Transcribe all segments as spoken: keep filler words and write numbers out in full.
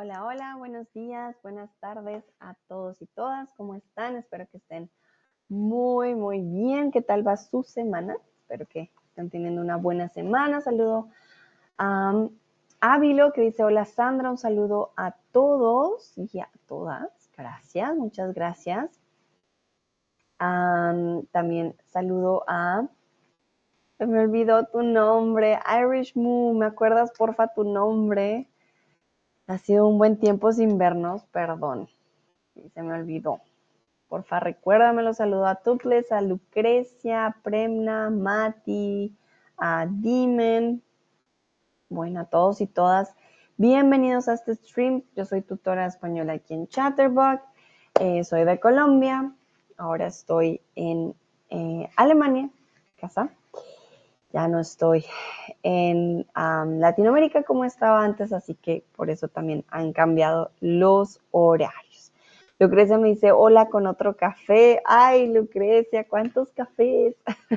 Hola, hola, buenos días, buenas tardes a todos y todas. ¿Cómo están? Espero que estén muy, muy bien. ¿Qué tal va su semana? Espero que estén teniendo una buena semana. Saludo a um, Ávilo, que dice, hola Sandra, un saludo a todos y a todas. Gracias, muchas gracias. Um, también saludo a... Se me olvidó tu nombre, Irish Moo, ¿me acuerdas porfa tu nombre? Ha sido un buen tiempo sin vernos, perdón. Se me olvidó. Porfa, recuérdamelo. Saludo a Tuples, a Lucrecia, a Premna, Mati, a Dimen. Bueno, a todos y todas, bienvenidos a este stream. Yo soy tutora de español aquí en Chatterbox. Eh, soy de Colombia. Ahora estoy en eh, Alemania, casa. Ya no estoy en um, Latinoamérica como estaba antes, así que por eso también han cambiado los horarios. Lucrecia me dice, hola con otro café. Ay, Lucrecia, ¿cuántos cafés?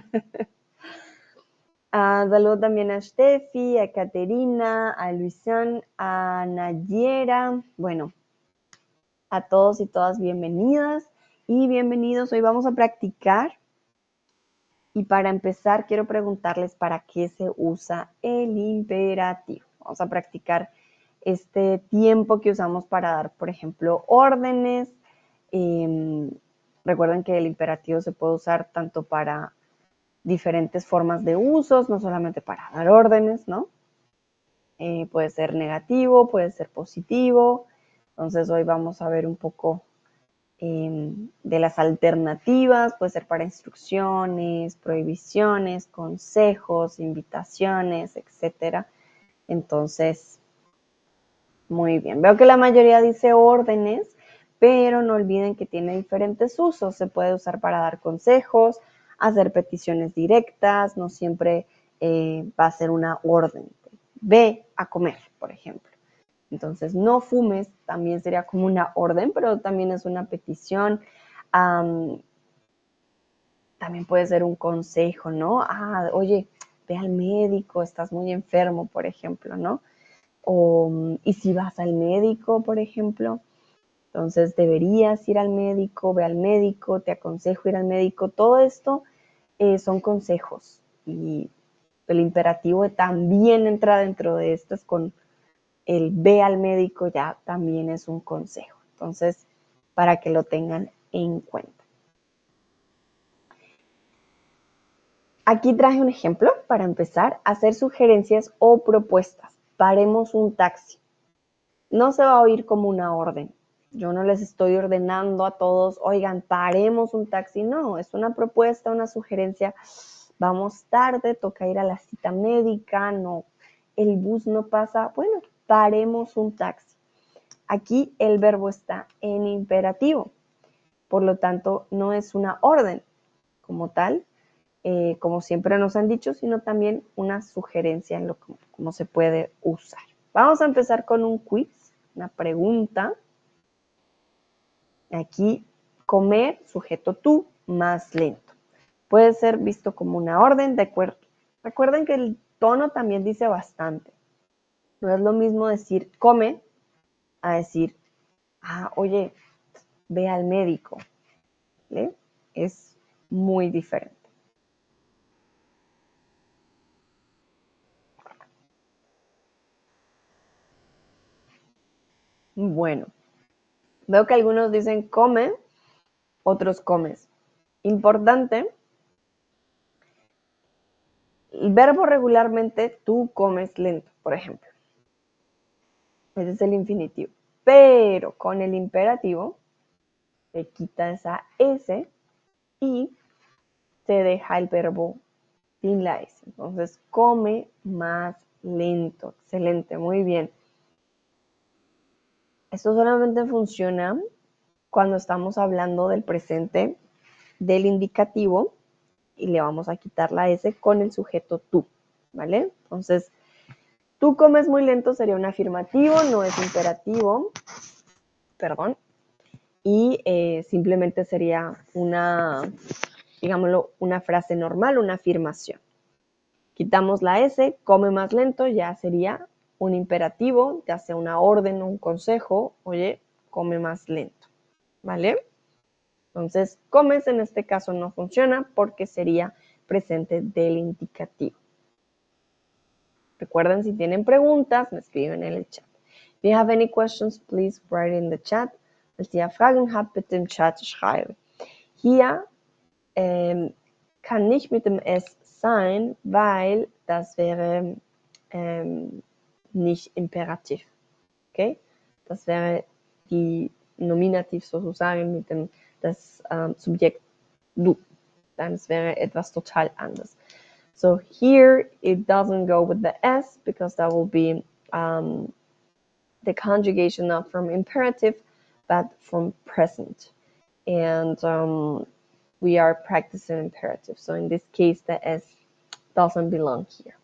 uh, saludo también a Steffi, a Caterina, a Luisán, a Nayera. Bueno, a todos y todas bienvenidas y bienvenidos. Hoy vamos a practicar. Y para empezar, quiero preguntarles para qué se usa el imperativo. Vamos a practicar este tiempo que usamos para dar, por ejemplo, órdenes. Eh, recuerden que el imperativo se puede usar tanto para diferentes formas de usos, no solamente para dar órdenes, ¿no? Eh, puede ser negativo, puede ser positivo. Entonces, hoy vamos a ver un poco Eh, de las alternativas, puede ser para instrucciones, prohibiciones, consejos, invitaciones, etcétera. Entonces, muy bien. Veo que la mayoría dice órdenes, pero no olviden que tiene diferentes usos. Se puede usar para dar consejos, hacer peticiones directas, no siempre eh, va a ser una orden. Ve a comer, por ejemplo. Entonces, no fumes también sería como una orden, pero también es una petición. Um, también puede ser un consejo, ¿no? Ah, oye, ve al médico, estás muy enfermo, por ejemplo, ¿no? O, y si vas al médico, por ejemplo, entonces deberías ir al médico, ve al médico, te aconsejo ir al médico. Todo esto eh, son consejos y el imperativo también entra dentro de estas con el ve al médico ya también es un consejo. Entonces, para que lo tengan en cuenta. Aquí traje un ejemplo para empezar, hacer sugerencias o propuestas. Paremos un taxi. No se va a oír como una orden. Yo no les estoy ordenando a todos, oigan, paremos un taxi. No, es una propuesta, una sugerencia. Vamos tarde, toca ir a la cita médica, no, el bus no pasa. Bueno, paremos un taxi. Aquí el verbo está en imperativo, por lo tanto no es una orden como tal, eh, como siempre nos han dicho, sino también una sugerencia en lo que, cómo se puede usar. Vamos a empezar con un quiz, una pregunta. Aquí, comer, sujeto tú, más lento. Puede ser visto como una orden, de acuerdo. Recuerden que el tono también dice bastante. No es lo mismo decir come a decir, ah, oye, ve al médico. ¿Vale? Es muy diferente. Bueno, veo que algunos dicen come, otros comes. Importante, el verbo regularmente tú comes lento, por ejemplo. Ese es el infinitivo. Pero con el imperativo se quita esa S y se deja el verbo sin la S. Entonces, come más lento. Excelente, muy bien. Esto solamente funciona cuando estamos hablando del presente del indicativo y le vamos a quitar la S con el sujeto tú, ¿vale? Entonces, tú comes muy lento sería un afirmativo, no es imperativo, perdón, y eh, simplemente sería una, digámoslo, una frase normal, una afirmación. Quitamos la S, come más lento, ya sería un imperativo, te hace una orden, un consejo, oye, come más lento, ¿vale? Entonces, comes en este caso no funciona porque sería presente del indicativo. Recuerden, si tienen preguntas, me escriben en el chat. If you have any questions, please write in the chat. Falls ihr Fragen habt, bitte im Chat schreiben. Hier ähm, kann nicht mit dem S sein, weil das wäre ähm, nicht imperativ. Okay? Das wäre die Nominativ sozusagen mit dem das ähm, Subjekt du. Dann wäre etwas total anderes. So here it doesn't go with the S because that will be um, the conjugation not from imperative but from present. And um, we are practicing imperative. So in this case, the S doesn't belong here.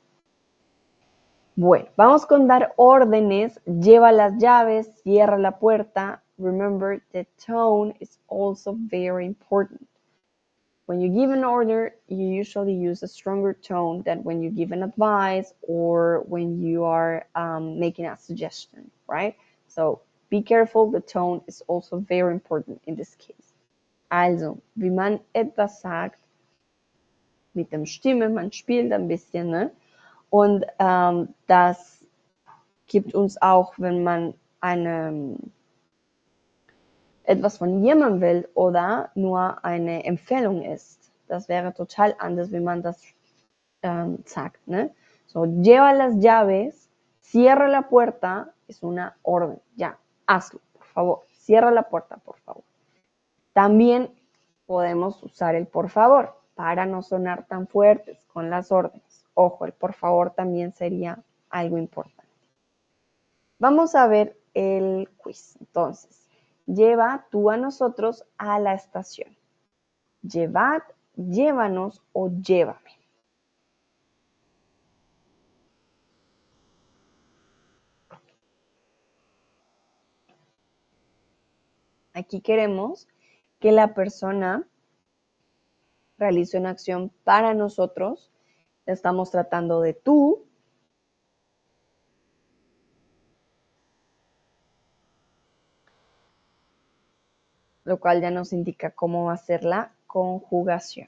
Bueno, vamos con dar órdenes. Lleva las llaves, cierra la puerta. Remember, the tone is also very important. When you give an order, you usually use a stronger tone than when you give an advice or when you are um, making a suggestion, right? So be careful, the tone is also very important in this case. Also, wie man etwas sagt, mit dem Stimme, man spielt ein bisschen, ne? Und ähm, das gibt uns auch, wenn man eine, etwas von jemandem will oder nur eine Empfehlung ist. Das wäre total anders, wie man das ähm, sagt, ne? So, lleva las llaves, cierra la puerta, es una orden, ya, hazlo, por favor, cierra la puerta, por favor. También podemos usar el por favor para no sonar tan fuertes con las órdenes. Ojo, el por favor también sería algo importante. Vamos a ver el quiz. Entonces, lleva tú a nosotros a la estación. Llevad, llévanos o llévame. Aquí queremos que la persona realice una acción para nosotros. Estamos tratando de tú. Lo cual ya nos indica cómo va a ser la conjugación.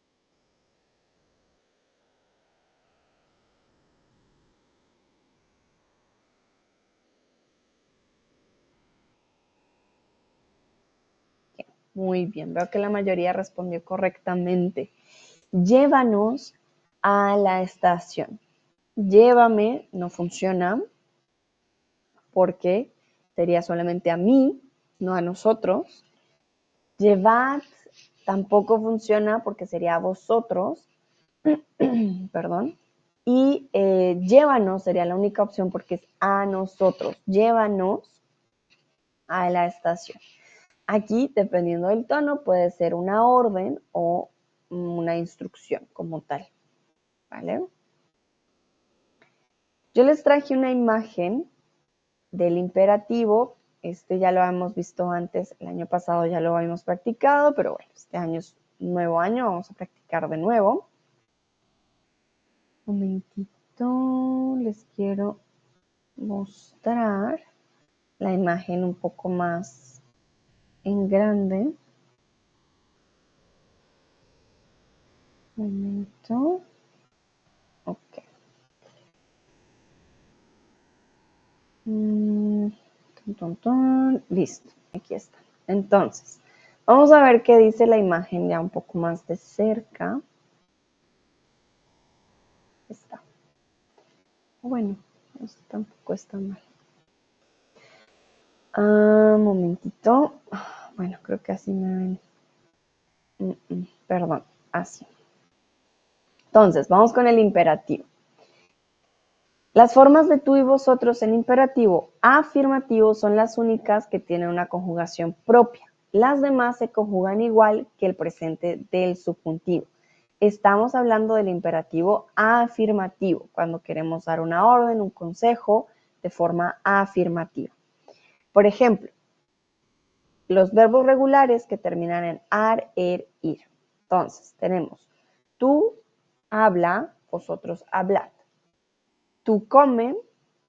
Bien, muy bien, veo que la mayoría respondió correctamente. Llévanos a la estación. Llévame no funciona porque sería solamente a mí, no a nosotros. Llevad tampoco funciona porque sería a vosotros. Perdón. Y eh, llévanos sería la única opción porque es a nosotros. Llévanos a la estación. Aquí, dependiendo del tono, puede ser una orden o una instrucción como tal. ¿Vale? Yo les traje una imagen del imperativo. Este ya lo hemos visto antes, el año pasado ya lo habíamos practicado, pero bueno, este año es un nuevo año, vamos a practicar de nuevo. Un momentito, les quiero mostrar la imagen un poco más en grande. Un momento. Ok. Mm, ton, ton, ton. Listo, aquí está. Entonces, vamos a ver qué dice la imagen ya un poco más de cerca. Está. Bueno, esto tampoco está mal. Ah, un momentito. Bueno, creo que así me ven. Mm, mm, perdón, así. Entonces, vamos con el imperativo. Las formas de tú y vosotros en imperativo afirmativo son las únicas que tienen una conjugación propia. Las demás se conjugan igual que el presente del subjuntivo. Estamos hablando del imperativo afirmativo, cuando queremos dar una orden, un consejo de forma afirmativa. Por ejemplo, los verbos regulares que terminan en ar, er, ir. Entonces, tenemos tú habla, vosotros hablad. Tú come,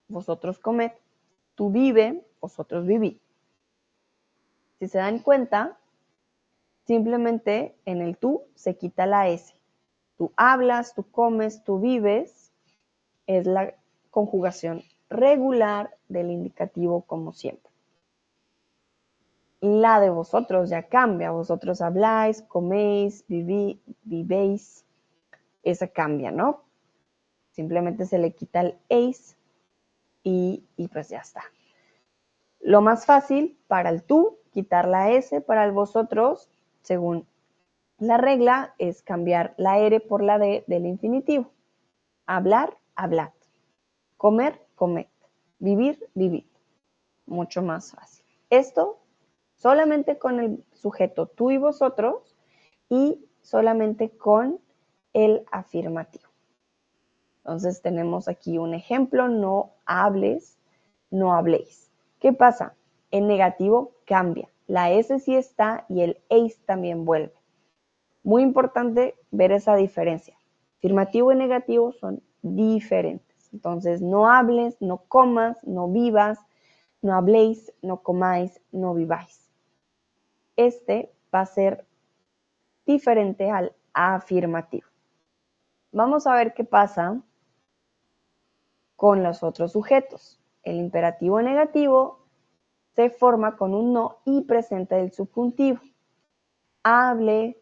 vosotros comed, tú vive, vosotros vivid. Si se dan cuenta, simplemente en el tú se quita la S. Tú hablas, tú comes, tú vives, es la conjugación regular del indicativo como siempre. La de vosotros ya cambia, vosotros habláis, coméis, viví, vivéis, esa cambia, ¿no? Simplemente se le quita el eis y, y pues ya está. Lo más fácil para el tú, quitar la S, para el vosotros, según la regla, es cambiar la R por la D del infinitivo. Hablar, hablad. Comer, comed. Vivir, vivid. Mucho más fácil. Esto solamente con el sujeto tú y vosotros y solamente con el afirmativo. Entonces tenemos aquí un ejemplo, no hables, no habléis. ¿Qué pasa? En negativo cambia, la S sí está y el eis también vuelve. Muy importante ver esa diferencia. Afirmativo y negativo son diferentes. Entonces no hables, no comas, no vivas, no habléis, no comáis, no viváis. Este va a ser diferente al afirmativo. Vamos a ver qué pasa con los otros sujetos. El imperativo negativo se forma con un no y presenta el subjuntivo. Hable,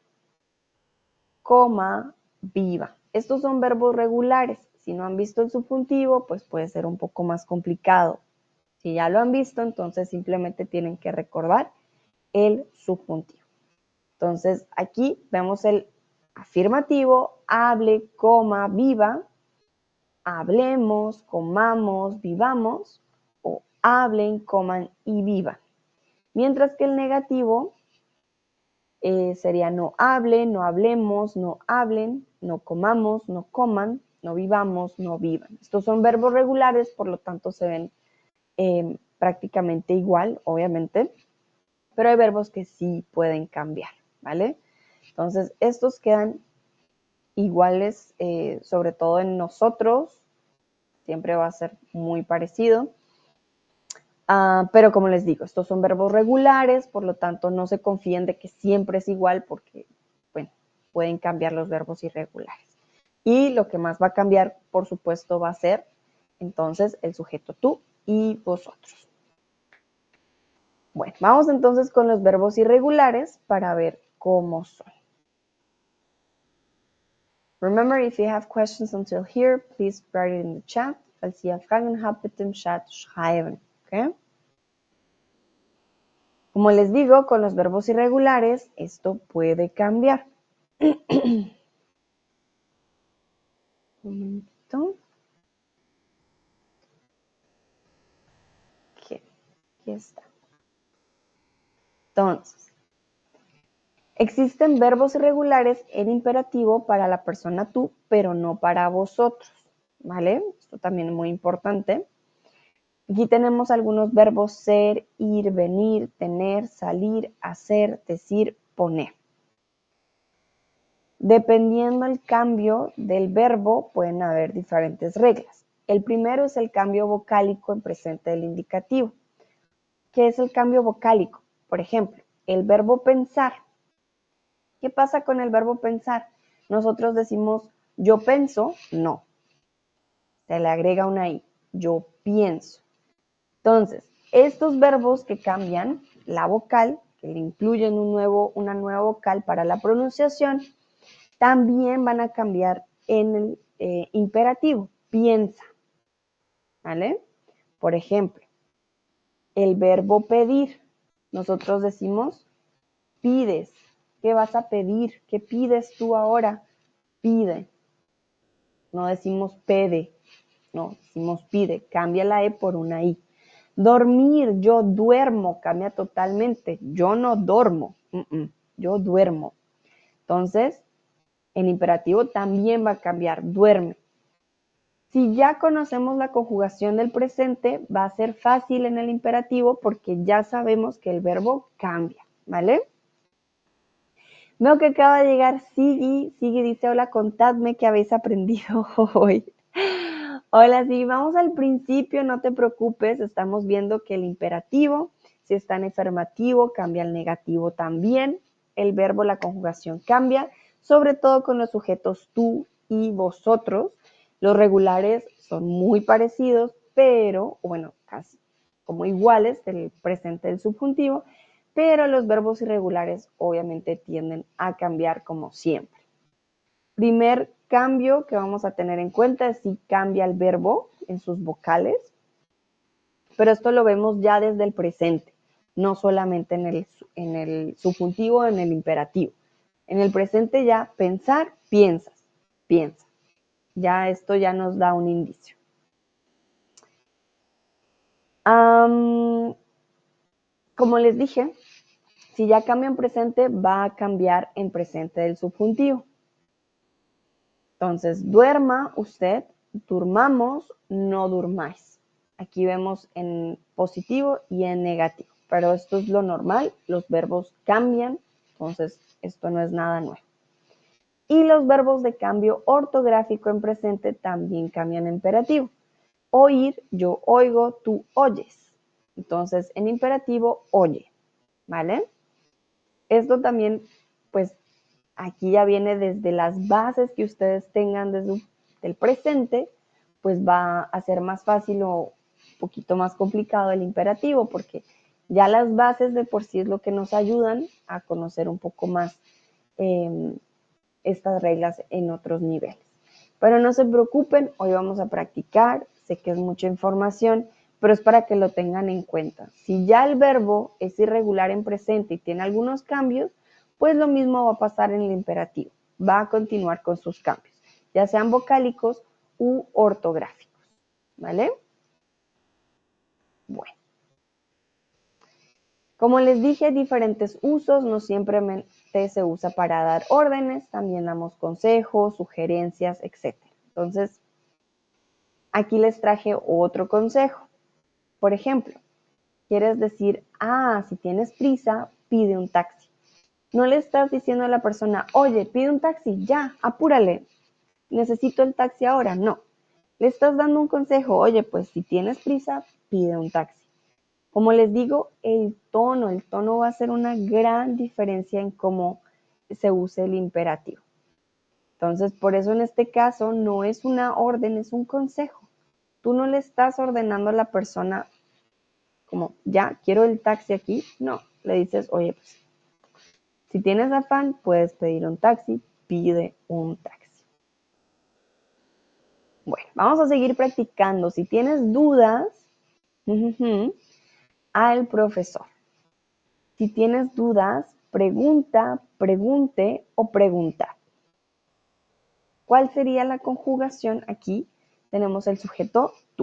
coma, viva. Estos son verbos regulares. Si no han visto el subjuntivo, pues puede ser un poco más complicado. Si ya lo han visto, entonces simplemente tienen que recordar el subjuntivo. Entonces, aquí vemos el afirmativo, hable, coma, viva. Hablemos, comamos, vivamos, o hablen, coman y vivan. Mientras que el negativo eh, sería no hablen, no hablemos, no hablen, no comamos, no coman, no vivamos, no vivan. Estos son verbos regulares, por lo tanto se ven eh, prácticamente igual, obviamente, pero hay verbos que sí pueden cambiar, ¿vale? Entonces, estos quedan iguales, eh, sobre todo en nosotros, siempre va a ser muy parecido. Uh, pero como les digo, estos son verbos regulares, por lo tanto no se confíen de que siempre es igual porque, bueno, pueden cambiar los verbos irregulares. Y lo que más va a cambiar, por supuesto, va a ser entonces el sujeto tú y vosotros. Bueno, vamos entonces con los verbos irregulares para ver cómo son. Remember, if you have questions until here, please write it in the chat. Falls ihr Fragen habt, bitte im Chat schreiben. Okay? Como les digo, con los verbos irregulares, esto puede cambiar. Un momentito. Aquí, aquí está. Entonces, existen verbos irregulares en imperativo para la persona tú, pero no para vosotros, ¿vale? Esto también es muy importante. Aquí tenemos algunos verbos ser, ir, venir, tener, salir, hacer, decir, poner. Dependiendo del cambio del verbo, pueden haber diferentes reglas. El primero es el cambio vocálico en presente del indicativo. ¿Qué es el cambio vocálico? Por ejemplo, el verbo pensar. ¿Qué pasa con el verbo pensar? Nosotros decimos yo pienso, no. Se le agrega una i, yo pienso. Entonces, estos verbos que cambian la vocal, que le incluyen un nuevo, una nueva vocal para la pronunciación, también van a cambiar en el eh, imperativo, piensa, ¿vale? Por ejemplo, el verbo pedir, nosotros decimos pides, ¿qué vas a pedir? ¿Qué pides tú ahora? Pide, no decimos pede, no, decimos pide, cambia la e por una i. Dormir, yo duermo, cambia totalmente, yo no dormo, uh -uh, yo duermo. Entonces, el imperativo también va a cambiar, duerme. Si ya conocemos la conjugación del presente, va a ser fácil en el imperativo porque ya sabemos que el verbo cambia, ¿vale? Veo que acaba de llegar Sigui. Sigui dice, hola, contadme qué habéis aprendido hoy. Hola, sí, vamos al principio, no te preocupes, estamos viendo que el imperativo, si está en afirmativo, cambia al negativo también. El verbo, la conjugación cambia, sobre todo con los sujetos tú y vosotros. Los regulares son muy parecidos, pero, bueno, casi como iguales del presente del subjuntivo, pero los verbos irregulares obviamente tienden a cambiar como siempre. Primer cambio que vamos a tener en cuenta es si cambia el verbo en sus vocales, pero esto lo vemos ya desde el presente, no solamente en el, en el subjuntivo o en el imperativo. En el presente ya pensar, piensas, piensa. Ya esto ya nos da un indicio. Um, como les dije, si ya cambia en presente, va a cambiar en presente del subjuntivo. Entonces, duerma usted, durmamos, no durmáis. Aquí vemos en positivo y en negativo, pero esto es lo normal, los verbos cambian, entonces esto no es nada nuevo. Y los verbos de cambio ortográfico en presente también cambian en imperativo. Oír, yo oigo, tú oyes. Entonces, en imperativo, oye, ¿vale? Esto también, pues, aquí ya viene desde las bases que ustedes tengan desde el presente, pues va a ser más fácil o un poquito más complicado el imperativo, porque ya las bases de por sí es lo que nos ayudan a conocer un poco más eh, estas reglas en otros niveles. Pero no se preocupen, hoy vamos a practicar, sé que es mucha información, pero es para que lo tengan en cuenta. Si ya el verbo es irregular en presente y tiene algunos cambios, pues lo mismo va a pasar en el imperativo. Va a continuar con sus cambios, ya sean vocálicos u ortográficos. ¿Vale? Bueno. Como les dije, hay diferentes usos, no siempre se usa para dar órdenes, también damos consejos, sugerencias, etcétera. Entonces, aquí les traje otro consejo. Por ejemplo, quieres decir, ah, si tienes prisa, pide un taxi. No le estás diciendo a la persona, oye, pide un taxi, ya, apúrale, necesito el taxi ahora. No, le estás dando un consejo, oye, pues si tienes prisa, pide un taxi. Como les digo, el tono, el tono va a ser una gran diferencia en cómo se use el imperativo. Entonces, por eso en este caso no es una orden, es un consejo. Tú no le estás ordenando a la persona como, ya, quiero el taxi aquí. No, le dices, oye, pues, si tienes afán, puedes pedir un taxi, pide un taxi. Bueno, vamos a seguir practicando. Si tienes dudas, uh -huh, al profesor. Si tienes dudas, pregunta, pregunte o pregunta. ¿Cuál sería la conjugación aquí? Tenemos el sujeto tú.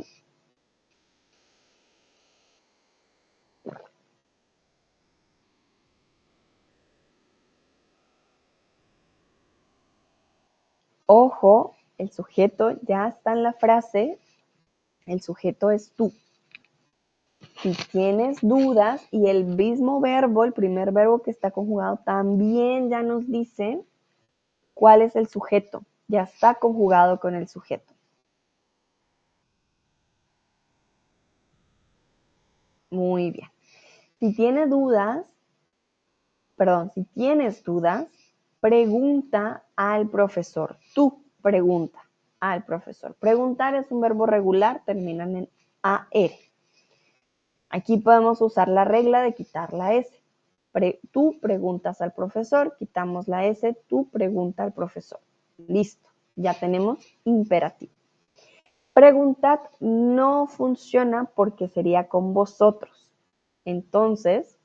Ojo, el sujeto ya está en la frase, el sujeto es tú. Si tienes dudas y el mismo verbo, el primer verbo que está conjugado, también ya nos dice cuál es el sujeto. Ya está conjugado con el sujeto. Muy bien. Si tiene dudas, perdón, si tienes dudas, pregunta al profesor. Tú pregunta al profesor. Preguntar es un verbo regular, terminan en A R. Aquí podemos usar la regla de quitar la S. Pre, tú preguntas al profesor, quitamos la S, tú pregunta al profesor. Listo, ya tenemos imperativo. Preguntad no funciona porque sería con vosotros. Entonces,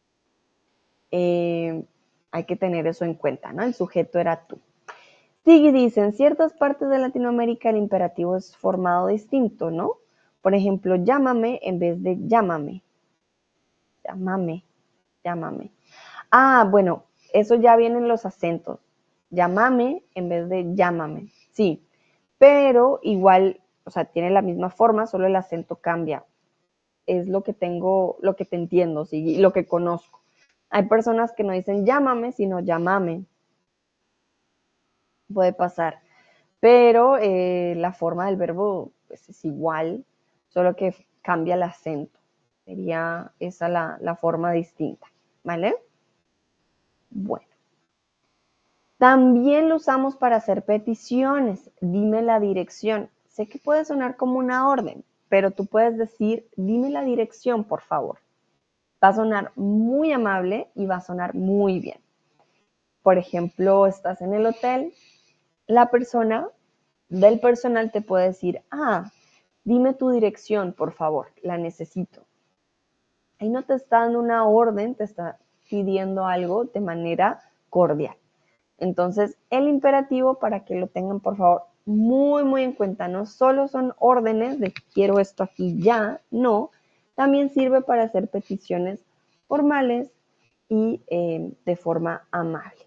eh, hay que tener eso en cuenta, ¿no? El sujeto era tú. Sí, dice, en ciertas partes de Latinoamérica el imperativo es formado distinto, ¿no? Por ejemplo, llámame en vez de llámame. Llámame, llámame. Ah, bueno, eso ya viene en los acentos. Llámame en vez de llámame. Sí, pero igual, o sea, tiene la misma forma, solo el acento cambia. Es lo que tengo, lo que te entiendo, sí, lo que conozco. Hay personas que no dicen llámame, sino llámame. Puede pasar. pero eh, la forma del verbo pues, es igual, solo que cambia el acento. Sería esa la, la forma distinta, ¿vale? Bueno. También lo usamos para hacer peticiones. Dime la dirección. Sé que puede sonar como una orden, pero tú puedes decir, dime la dirección, por favor. Va a sonar muy amable y va a sonar muy bien. Por ejemplo, estás en el hotel, la persona del personal te puede decir, ah, dime tu dirección, por favor, la necesito. Ahí no te está dando una orden, te está pidiendo algo de manera cordial. Entonces, el imperativo, para que lo tengan por favor muy, muy en cuenta, no solo son órdenes de quiero esto aquí ya, no, también sirve para hacer peticiones formales y eh, de forma amable.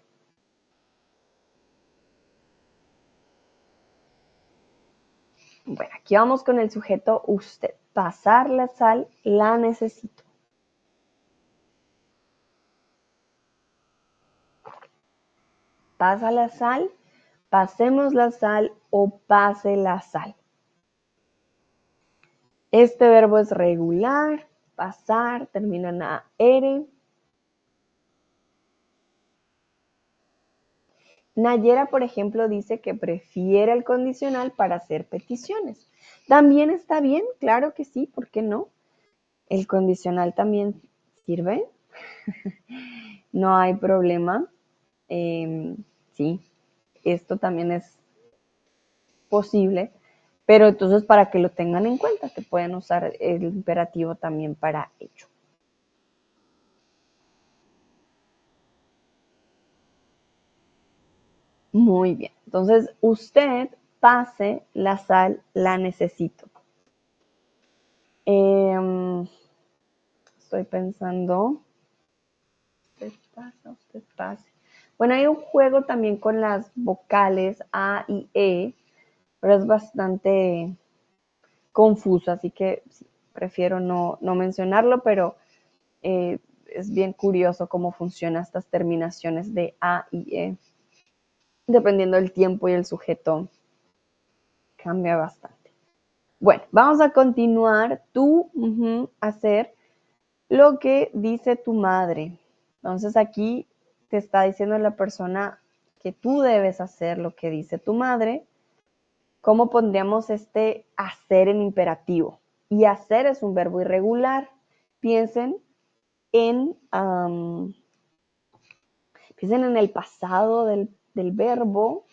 Bueno, aquí vamos con el sujeto usted. Pasar la sal, la necesito. Pasa la sal, pasemos la sal o pase la sal. Este verbo es regular, pasar, termina en a er. Nayera, por ejemplo, dice que prefiere el condicional para hacer peticiones. ¿También está bien? Claro que sí, ¿por qué no? El condicional también sirve, no hay problema. Eh, sí, esto también es posible, pero entonces para que lo tengan en cuenta, que pueden usar el imperativo también para ello. Muy bien, entonces usted pase la sal, la necesito. Eh, estoy pensando, usted pasa, usted pase. Bueno, hay un juego también con las vocales A y E, pero es bastante confuso, así que sí, prefiero no, no mencionarlo, pero eh, es bien curioso cómo funcionan estas terminaciones de A y E. Dependiendo del tiempo y el sujeto, cambia bastante. Bueno, vamos a continuar. Tú uh-huh, hacer lo que dice tu madre. Entonces aquí te está diciendo la persona que tú debes hacer lo que dice tu madre. ¿Cómo pondríamos este hacer en imperativo? Y hacer es un verbo irregular. Piensen en, um, piensen en el pasado del, del verbo.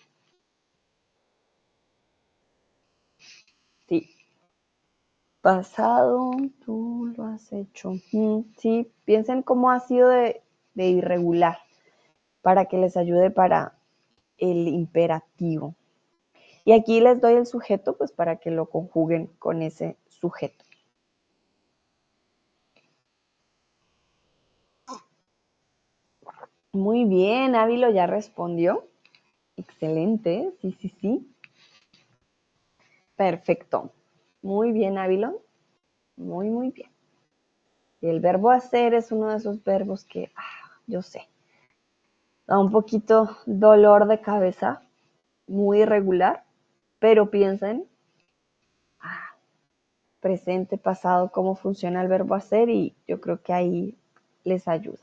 Sí. Pasado, tú lo has hecho. Mm, sí, piensen cómo ha sido de, de irregular para que les ayude para el imperativo. Y aquí les doy el sujeto, pues para que lo conjuguen con ese sujeto. Muy bien, Ávilo ya respondió. Excelente, sí, sí, sí. Perfecto. Muy bien, Ávilo. Muy, muy bien. Y el verbo hacer es uno de esos verbos que, ah, yo sé, da un poquito dolor de cabeza, muy irregular, pero piensen, ah, presente, pasado, cómo funciona el verbo hacer y yo creo que ahí les ayuda.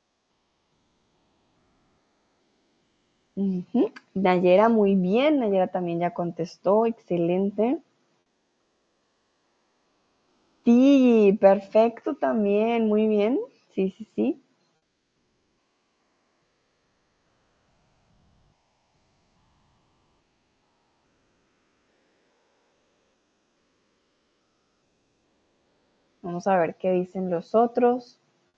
Uh-huh. Nayera, muy bien. Nayera también ya contestó. Excelente. Sí, perfecto también. Muy bien. Sí, sí, sí. Vamos a ver qué dicen los otros.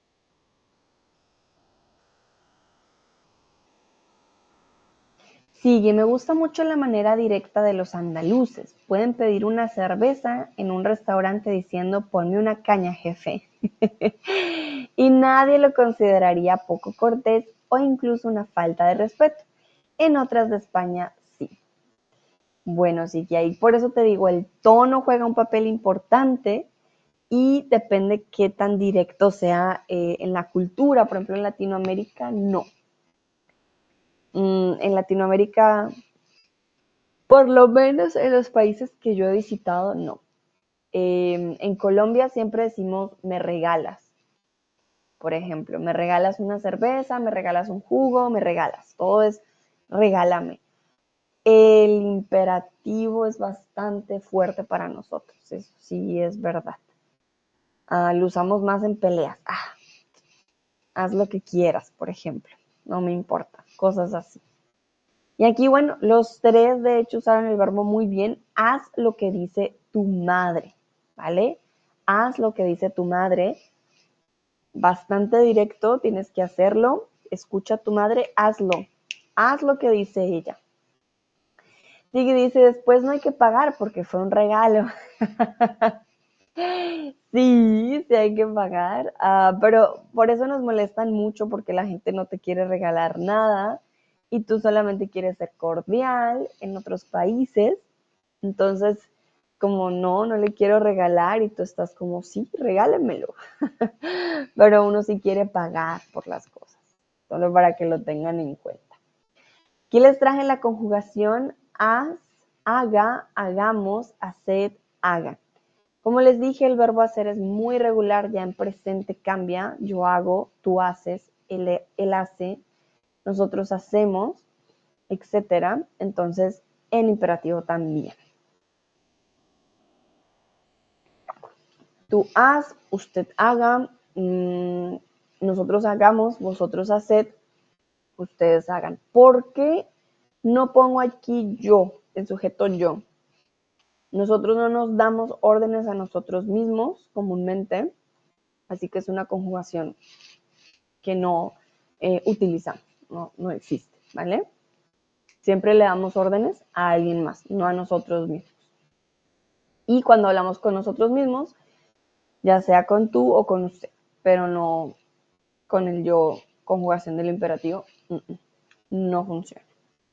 Sigue, me gusta mucho la manera directa de los andaluces. Pueden pedir una cerveza en un restaurante diciendo ponme una caña, jefe. Y nadie lo consideraría poco cortés o incluso una falta de respeto. En otras de España, sí. Bueno, sí que ahí por eso te digo, el tono juega un papel importante y depende qué tan directo sea eh, en la cultura. Por ejemplo, en Latinoamérica, no. Mm, en Latinoamérica Por lo menos en los países que yo he visitado, no. Eh, en Colombia siempre decimos me regalas. Por ejemplo, me regalas una cerveza, me regalas un jugo, me regalas. Todo es regálame. El imperativo es bastante fuerte para nosotros, eso sí es verdad. Uh, lo usamos más en peleas. Ah, haz lo que quieras, por ejemplo. No me importa. Cosas así. Y aquí, bueno, los tres de hecho usaron el verbo muy bien. Haz lo que dice tu madre, ¿vale? Haz lo que dice tu madre. Bastante directo, tienes que hacerlo. Escucha a tu madre, hazlo. Haz lo que dice ella. Sí, dice, después no hay que pagar porque fue un regalo. Sí, sí hay que pagar, uh, pero por eso nos molestan mucho porque la gente no te quiere regalar nada y tú solamente quieres ser cordial en otros países. Entonces, como no, no le quiero regalar y tú estás como, sí, regálemelo. Pero uno sí quiere pagar por las cosas, solo para que lo tengan en cuenta. Aquí les traje la conjugación haz, haga, hagamos, haced, hagan. Como les dije, el verbo hacer es muy regular, ya en presente cambia. Yo hago, tú haces, él, él hace, nosotros hacemos, etcétera. Entonces, en imperativo también. Tú haz, usted haga, mmm, nosotros hagamos, vosotros haced, ustedes hagan. ¿Por qué no pongo aquí yo, el sujeto yo? Nosotros no nos damos órdenes a nosotros mismos comúnmente, así que es una conjugación que no eh, utilizamos, no, no existe, ¿vale? Siempre le damos órdenes a alguien más, no a nosotros mismos. Y cuando hablamos con nosotros mismos, ya sea con tú o con usted, pero no con el yo, conjugación del imperativo, no funciona.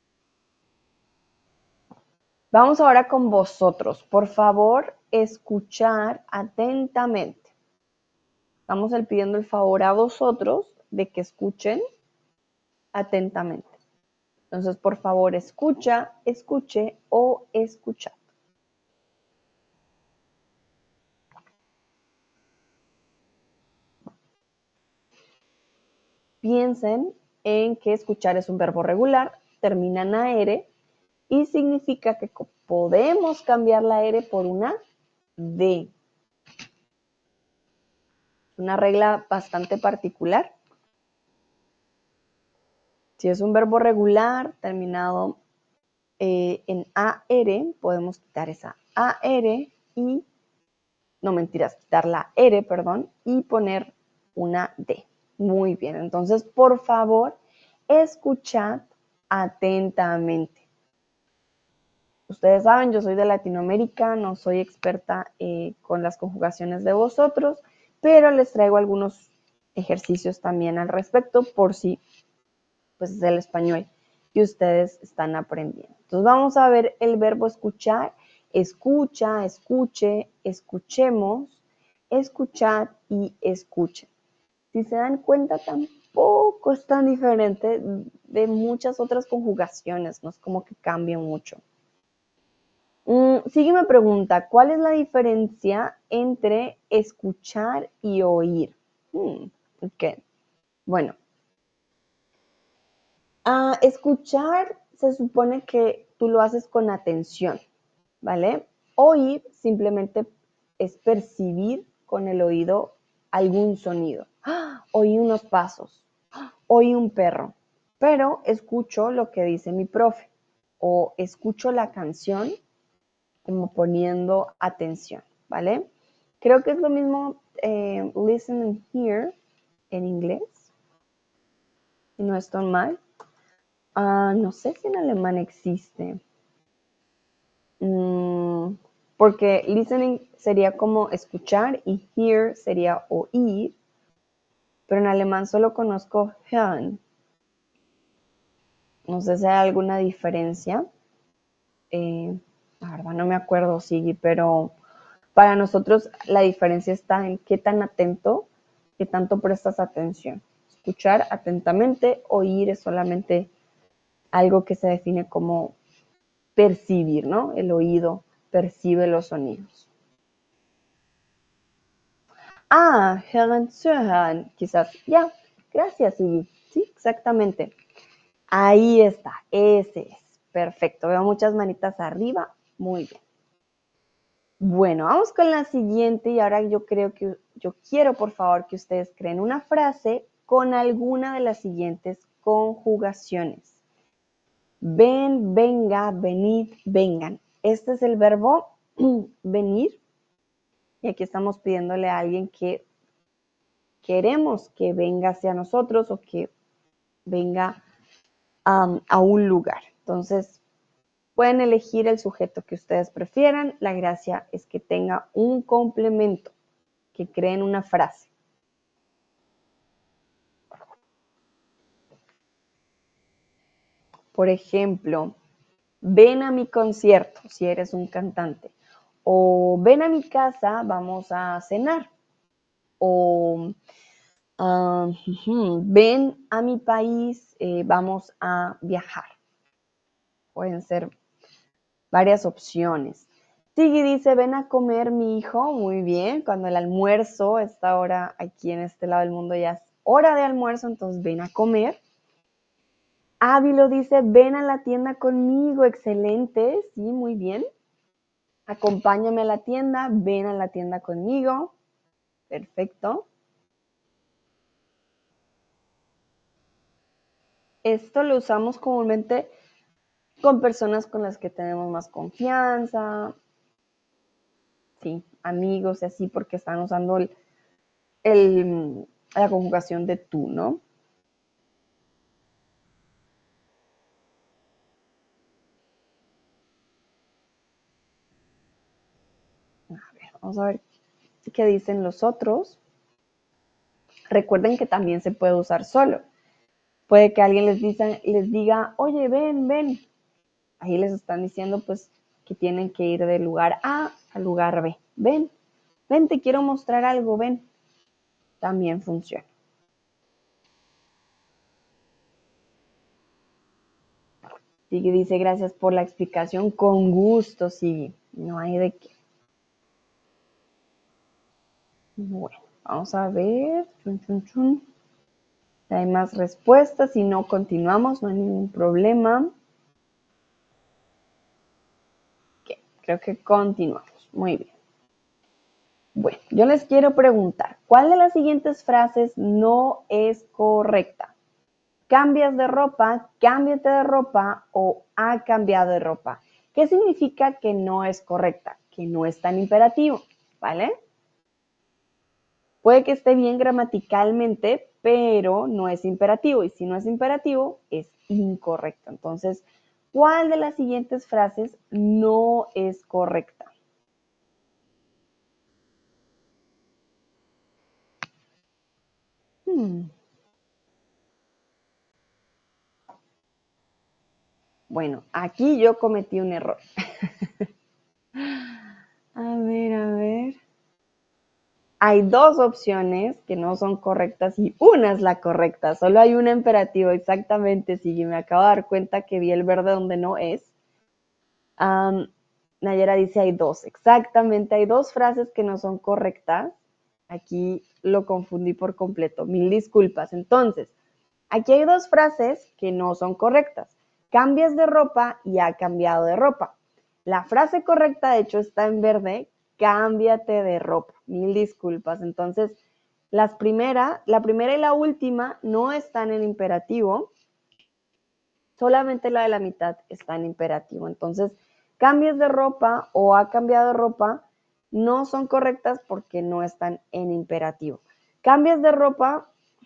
Vamos ahora con vosotros. Por favor, escuchar atentamente. Estamos pidiendo el favor a vosotros de que escuchen atentamente. Entonces, por favor, escucha, escuche o escuchad. Piensen en que escuchar es un verbo regular, termina en A R y significa que podemos cambiar la R por una D. Una regla bastante particular. Si es un verbo regular terminado eh, en A R, podemos quitar esa A R y, no mentiras, quitar la R, perdón, y poner una D. Muy bien, entonces por favor, escuchad atentamente. Ustedes saben, yo soy de Latinoamérica, no soy experta eh, con las conjugaciones de vosotros, pero les traigo algunos ejercicios también al respecto por si pues es el español que ustedes están aprendiendo. Entonces vamos a ver el verbo escuchar, escucha, escuche, escuchemos, escuchad y escuchen. Si se dan cuenta, tampoco es tan diferente de muchas otras conjugaciones, no es como que cambie mucho. Mm, sigue me pregunta, ¿cuál es la diferencia entre escuchar y oír? Hmm, ok, bueno. Uh, escuchar se supone que tú lo haces con atención, ¿vale? Oír simplemente es percibir con el oído algún sonido. ¡Ah! Oí unos pasos, ¡ah! Oí un perro, pero escucho lo que dice mi profe o escucho la canción como poniendo atención, ¿vale? Creo que es lo mismo eh, listen and hear en inglés, y no es tan mal. Uh, no sé si en alemán existe. Mm, porque listening sería como escuchar y hear sería oír. Pero en alemán solo conozco hören. No sé si hay alguna diferencia. Eh, la verdad no me acuerdo, Sigui, pero para nosotros la diferencia está en qué tan atento, qué tanto prestas atención. Escuchar atentamente, oír es solamente algo que se define como percibir, ¿no? El oído percibe los sonidos. Ah, hören, zuhören, quizás. Ya, gracias, Ivy. Sí, exactamente. Ahí está, ese es. Perfecto, veo muchas manitas arriba. Muy bien. Bueno, vamos con la siguiente y ahora yo creo que, yo quiero por favor que ustedes creen una frase con alguna de las siguientes conjugaciones. Ven, venga, venid, vengan. Este es el verbo venir y aquí estamos pidiéndole a alguien que queremos que venga hacia nosotros o que venga um, a un lugar. Entonces, pueden elegir el sujeto que ustedes prefieran. La gracia es que tenga un complemento, que creen una frase. Por ejemplo, ven a mi concierto si eres un cantante. O ven a mi casa, vamos a cenar. O uh, ven a mi país, eh, vamos a viajar. Pueden ser varias opciones. Tiggy dice, ven a comer mi hijo. Muy bien, cuando el almuerzo, esta hora aquí en este lado del mundo ya es hora de almuerzo, entonces ven a comer. Ávilo dice, ven a la tienda conmigo. Excelente, sí, muy bien. Acompáñame a la tienda, ven a la tienda conmigo. Perfecto. Esto lo usamos comúnmente con personas con las que tenemos más confianza, sí, amigos y así, porque están usando el, el, la conjugación de tú, ¿no? A ver, vamos a ver qué dicen los otros. Recuerden que también se puede usar solo. Puede que alguien les, diga, les diga, oye, ven, ven. Ahí les están diciendo pues que tienen que ir del lugar A al lugar B. Ven, ven, te quiero mostrar algo, ven. También funciona. Sigui dice, gracias por la explicación, con gusto, Sigui. No hay de qué. Bueno, vamos a ver. Chun, chun, chun. Si hay más respuestas, si no continuamos, no hay ningún problema. Okay, creo que continuamos. Muy bien. Bueno, yo les quiero preguntar, ¿cuál de las siguientes frases no es correcta? Cambias de ropa, cámbiate de ropa o ha cambiado de ropa. ¿Qué significa que no es correcta? Que no es tan imperativo, ¿vale? Puede que esté bien gramaticalmente, pero no es imperativo. Y si no es imperativo, es incorrecto. Entonces, ¿cuál de las siguientes frases no es correcta? Hmm. Bueno, aquí yo cometí un error. A ver, a ver. Hay dos opciones que no son correctas y una es la correcta. Solo hay un imperativo, exactamente. Si me acabo de dar cuenta que vi el verde donde no es. Um, Nayera dice hay dos. Exactamente, hay dos frases que no son correctas. Aquí lo confundí por completo. Mil disculpas. Entonces, aquí hay dos frases que no son correctas. Cambias de ropa y ha cambiado de ropa. La frase correcta, de hecho, está en verde. Cámbiate de ropa. Mil disculpas. Entonces, las primera, la primera y la última no están en imperativo. Solamente la de la mitad está en imperativo. Entonces, cambies de ropa o ha cambiado de ropa no son correctas porque no están en imperativo. Cambias de ropa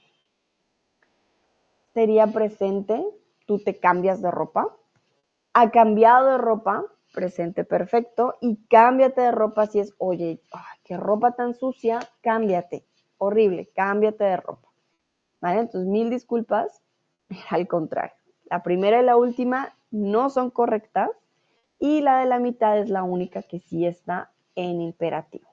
sería presente, tú te cambias de ropa. Ha cambiado de ropa, presente perfecto. Y cámbiate de ropa si es, oye, ay, qué ropa tan sucia, cámbiate. Horrible, cámbiate de ropa. ¿Vale? Entonces, mil disculpas, al contrario. La primera y la última no son correctas y la de la mitad es la única que sí está en imperativo.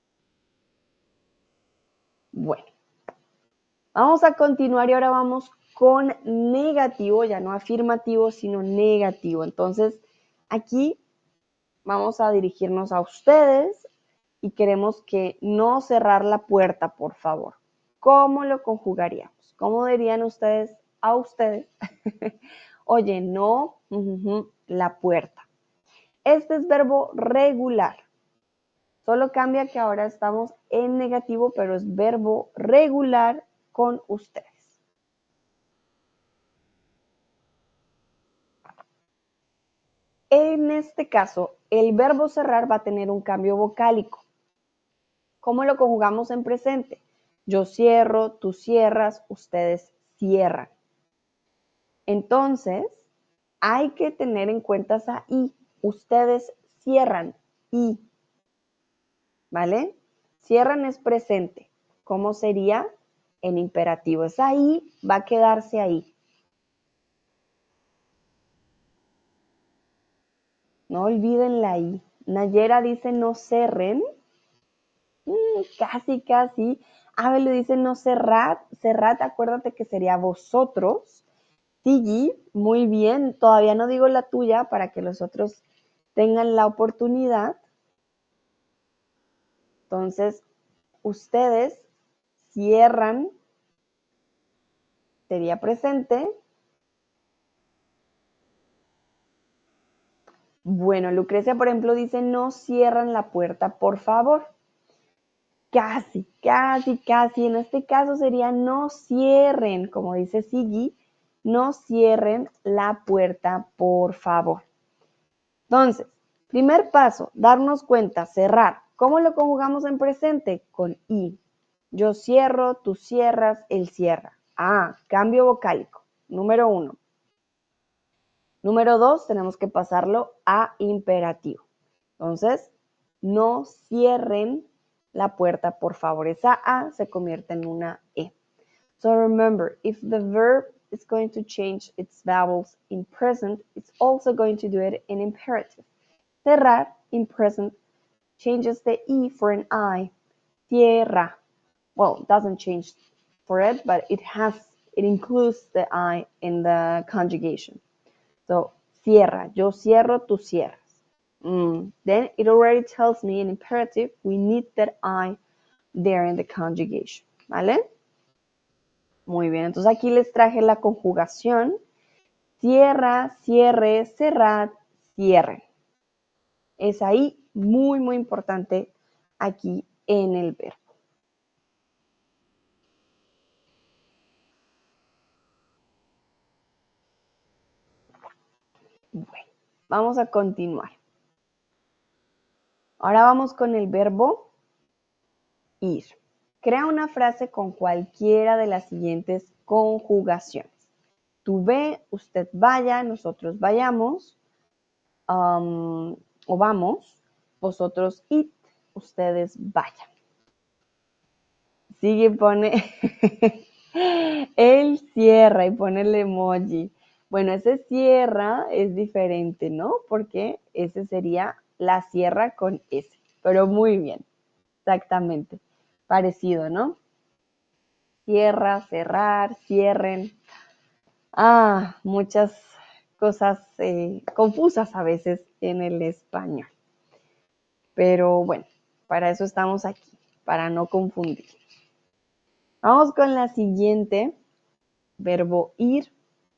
Bueno, vamos a continuar y ahora vamos con negativo, ya no afirmativo, sino negativo. Entonces, Aquí vamos a dirigirnos a ustedes y queremos que no cerrar la puerta, por favor. ¿Cómo lo conjugaríamos? ¿Cómo dirían ustedes a ustedes? Oye, no, uh-huh, la puerta. Este es verbo regular. Solo cambia que ahora estamos en negativo, pero es verbo regular con ustedes. En este caso, el verbo cerrar va a tener un cambio vocálico. ¿Cómo lo conjugamos en presente? Yo cierro, tú cierras, ustedes cierran. Entonces, hay que tener en cuenta esa I. Ustedes cierran, I. ¿Vale? Cierran es presente. ¿Cómo sería? En imperativo. Esa I va a quedarse ahí. No olviden la I. Nayera dice no cerren. Mm, casi, casi. Abel dice no cerrad. Cerrad, acuérdate que sería vosotros. Tigi, muy bien. Todavía no digo la tuya para que los otros tengan la oportunidad. Entonces, ustedes cierran, sería presente. Bueno, Lucrecia, por ejemplo, dice, no cierran la puerta, por favor. Casi, casi, casi. En este caso sería no cierren, como dice Sigi, no cierren la puerta, por favor. Entonces, primer paso, darnos cuenta, cerrar. ¿Cómo lo conjugamos en presente? Con I. Yo cierro, tú cierras, él cierra. Ah, cambio vocálico. Número uno. Número dos, tenemos que pasarlo a imperativo. Entonces, no cierren la puerta, por favor. Esa A se convierte en una E. So remember, if the verb is going to change its vowels in present, it's also going to do it in imperative. Cerrar, in present, changes the E for an I. Cierra. Well, it doesn't change for it, but it has, it includes the I in the conjugation. So, cierra. Yo cierro, tú cierras. Mm. Then it already tells me in imperative, we need that I there in the conjugation. ¿Vale? Muy bien. Entonces aquí les traje la conjugación. Cierra, cierre, cerrad, cierren. Es ahí muy, muy importante aquí en el verbo. Bueno, vamos a continuar. Ahora vamos con el verbo ir. Crea una frase con cualquiera de las siguientes conjugaciones. Tú ve, usted vaya, nosotros vayamos, um, o vamos, vosotros id, ustedes vayan. Sigue, pone, él cierra y pone el emoji. Bueno, ese cierra es diferente, ¿no? Porque ese sería la cierra con S. Pero muy bien, exactamente. Parecido, ¿no? Cierra, cerrar, cierren. Ah, muchas cosas eh, confusas a veces en el español. Pero bueno, para eso estamos aquí, para no confundir. Vamos con la siguiente, verbo ir.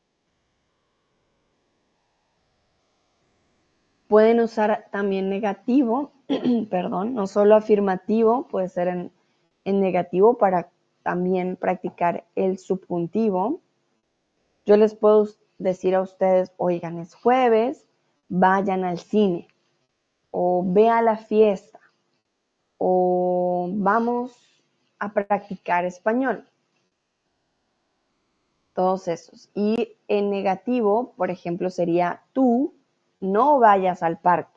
Pueden usar también negativo, perdón, no solo afirmativo, puede ser en, en negativo para también practicar el subjuntivo. Yo les puedo decir a ustedes, oigan, es jueves, vayan al cine, o ve a la fiesta, o vamos a practicar español. Todos esos. Y en negativo, por ejemplo, sería tú no vayas al parque.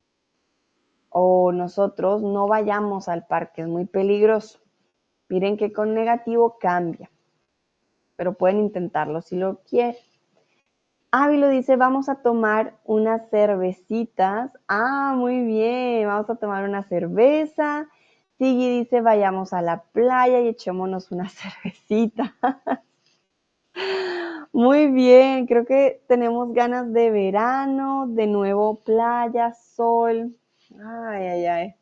O nosotros no vayamos al parque, es muy peligroso. Miren que con negativo cambia, pero pueden intentarlo si lo quieren. Ávilo dice, vamos a tomar unas cervecitas. Ah, muy bien, vamos a tomar una cerveza. Sigui dice, vayamos a la playa y echémonos una cervecita. Muy bien, creo que tenemos ganas de verano, de nuevo playa, sol. Ay, ay, ay.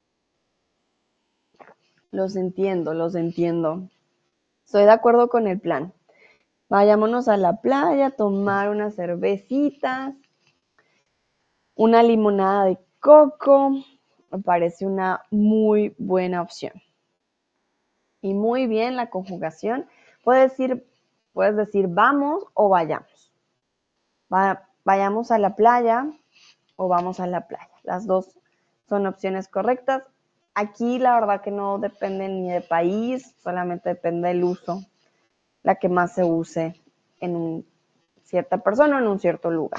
Los entiendo, los entiendo. Estoy de acuerdo con el plan. Vayámonos a la playa, tomar unas cervecitas, una limonada de coco. Me parece una muy buena opción. Y muy bien la conjugación. Puedes decir, puedes decir vamos o vayamos. Va, vayamos a la playa o vamos a la playa. Las dos son opciones correctas. Aquí la verdad que no depende ni de país, solamente depende del uso, la que más se use en un, cierta persona o en un cierto lugar.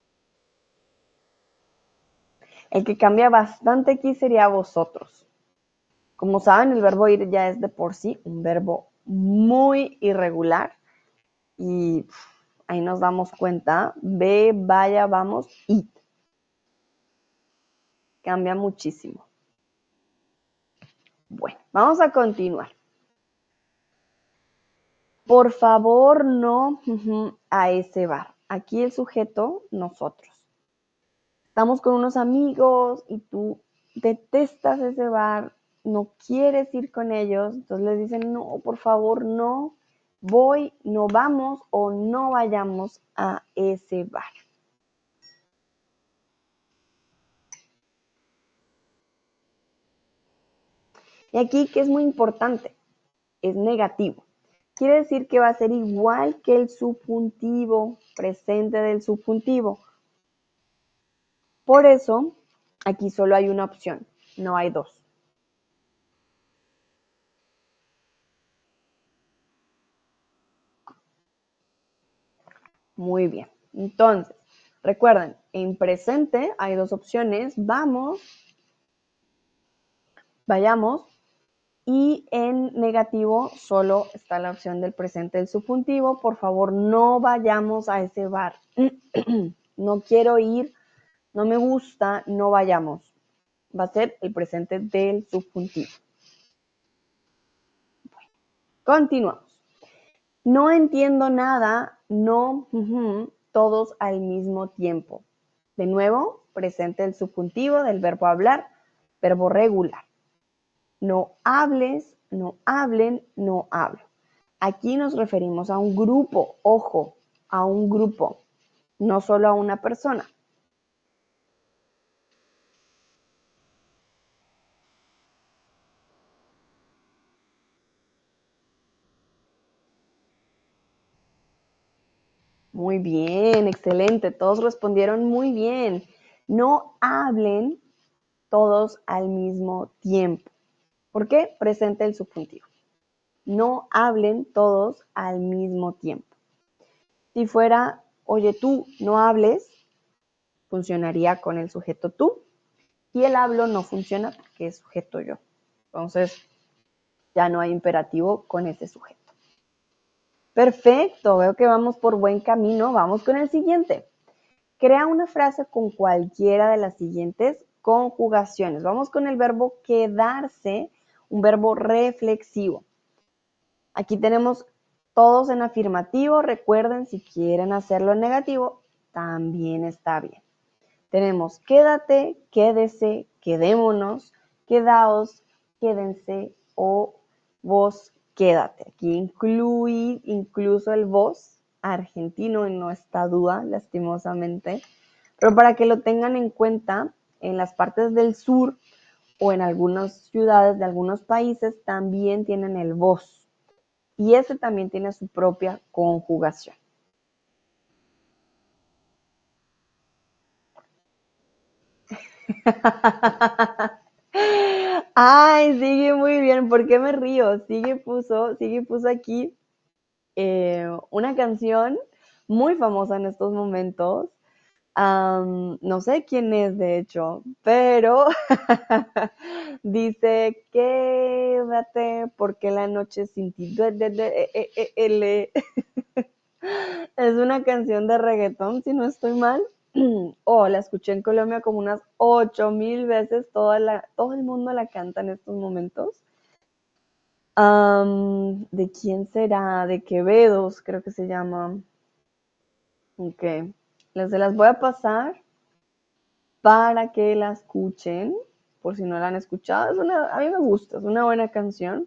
El que cambia bastante aquí sería vosotros. Como saben, el verbo ir ya es de por sí un verbo muy irregular y ahí nos damos cuenta. Ve, vaya, vamos, id. Cambia muchísimo. Bueno, vamos a continuar. Por favor, no uh-huh, a ese bar. Aquí el sujeto, nosotros. Estamos con unos amigos y tú detestas ese bar, no quieres ir con ellos, entonces les dicen, no, por favor, no voy, no vamos o no vayamos a ese bar. Y aquí, que es muy importante, es negativo. Quiere decir que va a ser igual que el subjuntivo presente del subjuntivo. Por eso, aquí solo hay una opción, no hay dos. Muy bien. Entonces, recuerden, en presente hay dos opciones, vamos, vayamos, y en negativo solo está la opción del presente del subjuntivo. Por favor, no vayamos a ese bar. No quiero ir, no me gusta, no vayamos. Va a ser el presente del subjuntivo. Bueno, continuamos. No entiendo nada, no, uh-huh, todos al mismo tiempo. De nuevo, presente el subjuntivo del verbo hablar, verbo regular. No hables, no hablen, no hablo. Aquí nos referimos a un grupo, ojo, a un grupo, no solo a una persona. Muy bien, excelente, todos respondieron muy bien. No hablen todos al mismo tiempo. ¿Por qué? Presente el subjuntivo. No hablen todos al mismo tiempo. Si fuera, oye tú, no hables, funcionaría con el sujeto tú, y el hablo no funciona porque es sujeto yo. Entonces, ya no hay imperativo con ese sujeto. Perfecto, veo que vamos por buen camino. Vamos con el siguiente. Crea una frase con cualquiera de las siguientes conjugaciones. Vamos con el verbo quedarse, un verbo reflexivo. Aquí tenemos todos en afirmativo. Recuerden, si quieren hacerlo en negativo, también está bien. Tenemos quédate, quédese, quedémonos, quedaos, quédense o vos quédate. Aquí incluye incluso el vos argentino y no está duda, lastimosamente. Pero para que lo tengan en cuenta, en las partes del sur o en algunas ciudades de algunos países también tienen el vos. Y ese también tiene su propia conjugación. Ay, sigue muy bien. ¿Por qué me río? Sigue puso, sigue puso aquí eh, una canción muy famosa en estos momentos. Um, no sé quién es, de hecho, pero dice, quédate porque la noche sin ti. Es una canción de reggaetón, si no estoy mal. Oh, la escuché en Colombia como unas ocho mil veces. Toda la, todo el mundo la canta en estos momentos. Um, ¿De quién será? De Quevedos, creo que se llama. Ok, les se las voy a pasar para que la escuchen, por si no la han escuchado. Es una, a mí me gusta, es una buena canción.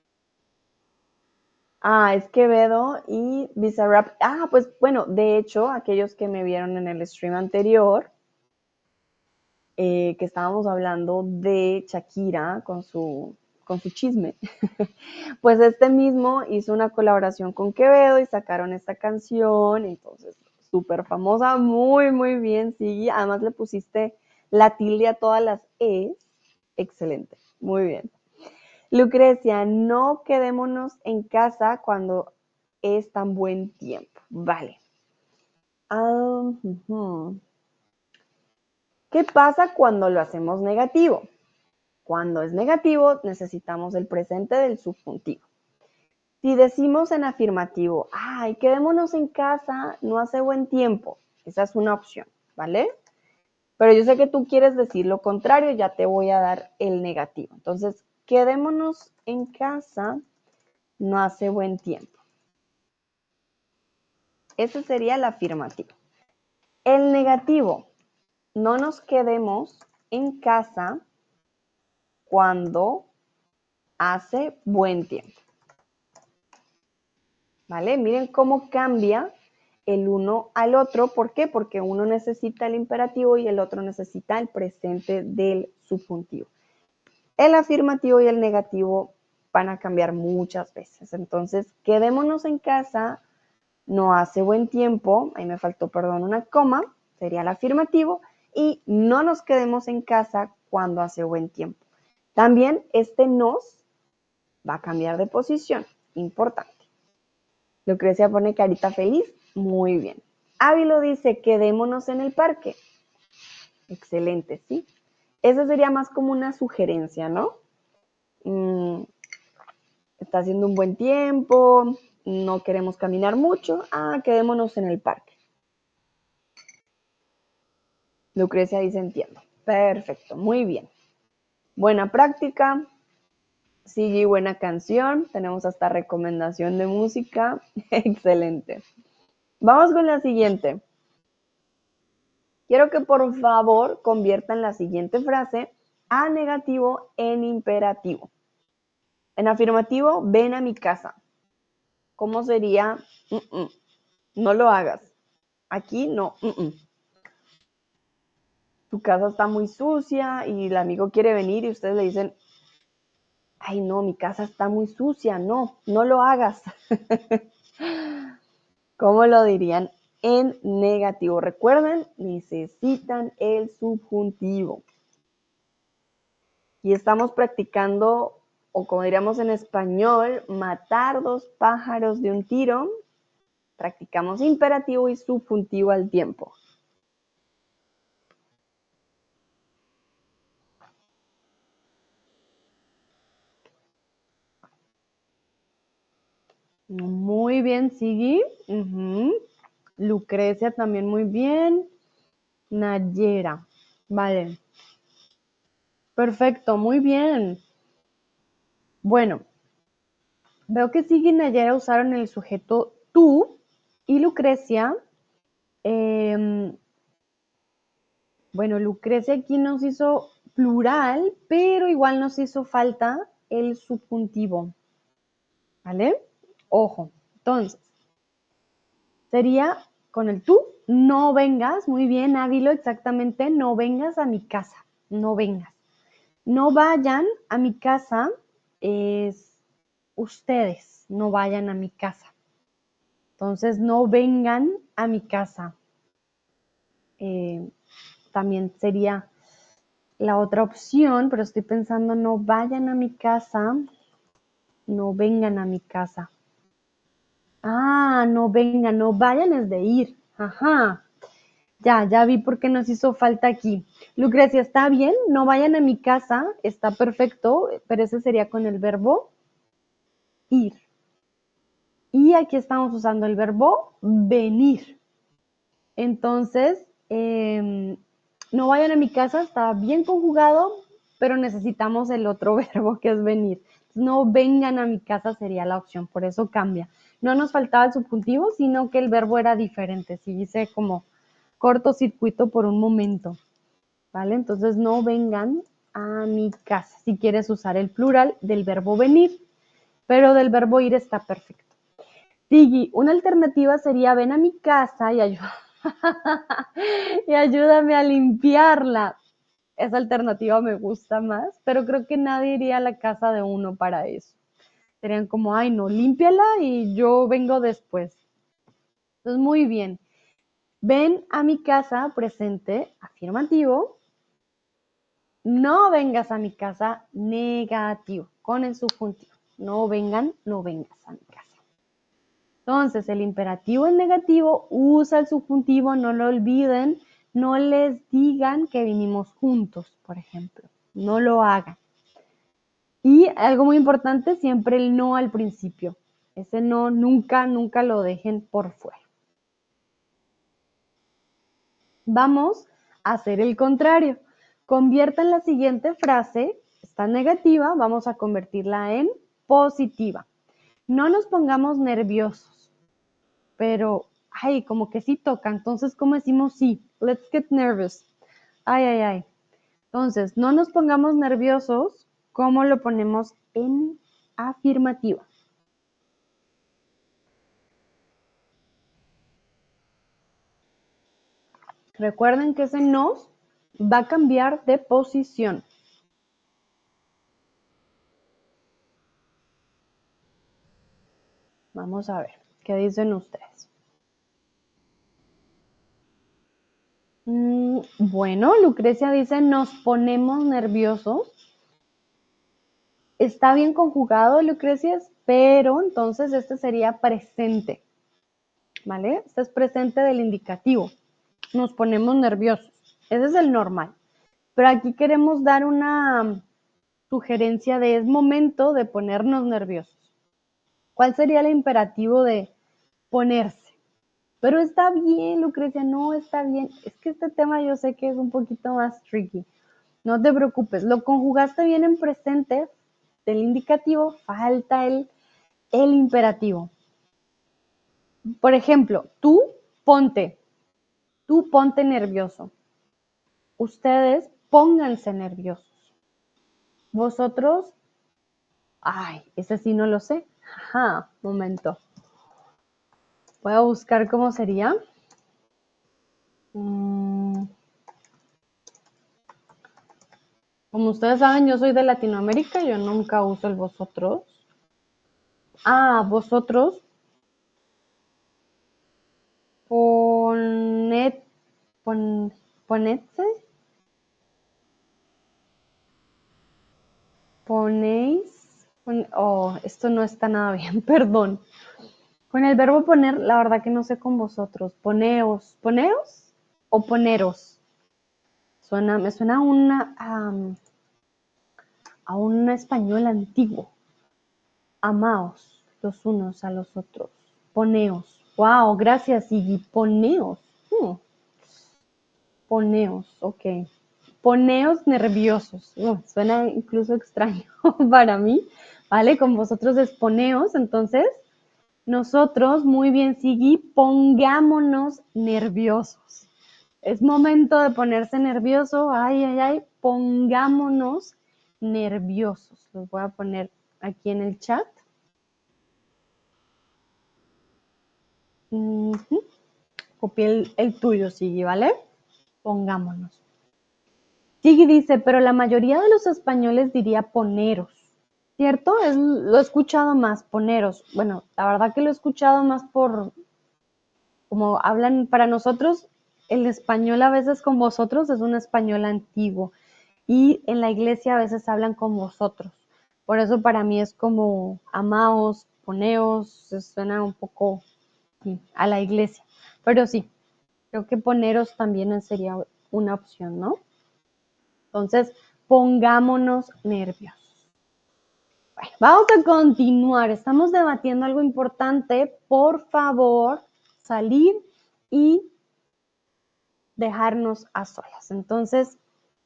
Ah, es Quevedo y Bizarrap. Ah, pues bueno, de hecho, aquellos que me vieron en el stream anterior, eh, que estábamos hablando de Shakira con su, con su chisme, pues este mismo hizo una colaboración con Quevedo y sacaron esta canción, entonces súper famosa, muy, muy bien, sí, además le pusiste la tilde a todas las E's, excelente, muy bien. Lucrecia, no quedémonos en casa cuando es tan buen tiempo, vale. Uh, uh-huh. ¿Qué pasa cuando lo hacemos negativo? Cuando es negativo, necesitamos el presente del subjuntivo. Si decimos en afirmativo, ay, quedémonos en casa, no hace buen tiempo, esa es una opción, ¿vale? Pero yo sé que tú quieres decir lo contrario, ya te voy a dar el negativo. Entonces, quedémonos en casa, no hace buen tiempo. Ese sería el afirmativo. El negativo, no nos quedemos en casa cuando hace buen tiempo. ¿Vale? Miren cómo cambia el uno al otro. ¿Por qué? Porque uno necesita el imperativo y el otro necesita el presente del subjuntivo. El afirmativo y el negativo van a cambiar muchas veces. Entonces, quedémonos en casa, no hace buen tiempo, ahí me faltó, perdón, una coma, sería el afirmativo, y no nos quedemos en casa cuando hace buen tiempo. También este nos va a cambiar de posición, importante. Lucrecia pone carita feliz, muy bien. Ávilo dice, quedémonos en el parque. Excelente, ¿sí? Esa sería más como una sugerencia, ¿no? Mm, está haciendo un buen tiempo, no queremos caminar mucho, ah, quedémonos en el parque. Lucrecia dice, entiendo. Perfecto, muy bien. Buena práctica. Sigue buena canción. Tenemos hasta recomendación de música. Excelente. Vamos con la siguiente. Quiero que por favor conviertan la siguiente frase a negativo en imperativo. En afirmativo, ven a mi casa. ¿Cómo sería? Mm-mm. No lo hagas. Aquí no. Mm-mm. Tu casa está muy sucia y el amigo quiere venir y ustedes le dicen, ay no, mi casa está muy sucia. No, no lo hagas. ¿Cómo lo dirían en negativo? Recuerden, necesitan el subjuntivo. Y estamos practicando, o como diríamos en español, matar dos pájaros de un tiro. Practicamos imperativo y subjuntivo al tiempo. Muy bien, Sigui. Uh-huh. Lucrecia también muy bien. Nayera. Vale. Perfecto, muy bien. Bueno, veo que Sigui y Nayera usaron el sujeto tú y Lucrecia. Eh, bueno, Lucrecia aquí nos hizo plural, pero igual nos hizo falta el subjuntivo. ¿Vale? Ojo. Entonces, sería con el tú, no vengas, muy bien, Ávilo, exactamente, no vengas a mi casa, no vengas. No vayan a mi casa, es ustedes, no vayan a mi casa. Entonces, no vengan a mi casa. Eh, también sería la otra opción, pero estoy pensando, no vayan a mi casa, no vengan a mi casa. Ah, no vengan, no vayan es de ir. Ajá. Ya, ya vi por qué nos hizo falta aquí. Lucrecia, ¿está bien? No vayan a mi casa, está perfecto, pero ese sería con el verbo ir. Y aquí estamos usando el verbo venir. Entonces, eh, no vayan a mi casa, está bien conjugado, pero necesitamos el otro verbo que es venir. No vengan a mi casa sería la opción, por eso cambia. no nos faltaba el subjuntivo, sino que el verbo era diferente, si hice como cortocircuito por un momento, ¿vale? Entonces, no vengan a mi casa, si quieres usar el plural del verbo venir, pero del verbo ir está perfecto. Tigui, una alternativa sería ven a mi casa y, ayuda, y ayúdame a limpiarla. Esa alternativa me gusta más, pero creo que nadie iría a la casa de uno para eso. Serían como, ay, no, límpiala y yo vengo después. Entonces, muy bien. Ven a mi casa, presente, afirmativo. No vengas a mi casa, negativo, con el subjuntivo. No vengan, no vengas a mi casa. Entonces, el imperativo en negativo usa el subjuntivo, no lo olviden, no les digan que vinimos juntos, por ejemplo. No lo hagan. Y algo muy importante, siempre el no al principio. Ese no, nunca, nunca lo dejen por fuera. Vamos a hacer el contrario. Conviertan la siguiente frase, está negativa, vamos a convertirla en positiva. No nos pongamos nerviosos, pero, ay, como que sí toca. Entonces, ¿cómo decimos sí? Let's get nervous. Ay, ay, ay. Entonces, no nos pongamos nerviosos, ¿cómo lo ponemos en afirmativa? Recuerden que ese nos va a cambiar de posición. Vamos a ver, ¿qué dicen ustedes? Mm, bueno, Lucrecia dice, nos ponemos nerviosos. Está bien conjugado, Lucrecia, pero entonces este sería presente, ¿vale? Este es presente del indicativo. Nos ponemos nerviosos. Ese es el normal. Pero aquí queremos dar una sugerencia de es momento de ponernos nerviosos. ¿Cuál sería el imperativo de ponerse? Pero está bien, Lucrecia, no está bien. Es que este tema yo sé que es un poquito más tricky. No te preocupes, lo conjugaste bien en presente del indicativo, falta el, el imperativo. Por ejemplo, tú ponte, tú ponte nervioso. Ustedes pónganse nerviosos. Vosotros, ay, ese sí no lo sé. Ajá, momento. Voy a buscar cómo sería. Mm. Como ustedes saben, yo soy de Latinoamérica, yo nunca uso el vosotros. Ah, vosotros. Poned, pon, ponedse. Ponéis. Pon, oh, esto no está nada bien, perdón. Con el verbo poner, la verdad que no sé con vosotros. Poneos. ¿Poneos o poneros? Suena, me suena a una, um, a un español antiguo. Amaos los unos a los otros. Poneos. Wow, gracias, Iggy. Poneos. Hmm. Poneos, ok. Poneos nerviosos. Uh, suena incluso extraño para mí, ¿vale? Con vosotros es poneos, entonces nosotros, muy bien, Sigui, pongámonos nerviosos. Es momento de ponerse nervioso, ay, ay, ay, pongámonos nerviosos. Los voy a poner aquí en el chat. Uh-huh. Copié el, el tuyo, Sigui, ¿vale? Pongámonos. Sigui dice, pero la mayoría de los españoles diría poneros, ¿cierto? Es, lo he escuchado más, poneros. Bueno, la verdad que lo he escuchado más por, como hablan para nosotros, el español a veces con vosotros es un español antiguo y en la iglesia a veces hablan con vosotros. Por eso para mí es como amaos, poneos, se suena un poco sí, a la iglesia. Pero sí, creo que poneros también sería una opción, ¿no? Entonces, pongámonos nerviosos. Bueno, vamos a continuar. Estamos debatiendo algo importante. Por favor, salir y dejarnos a solas. Entonces,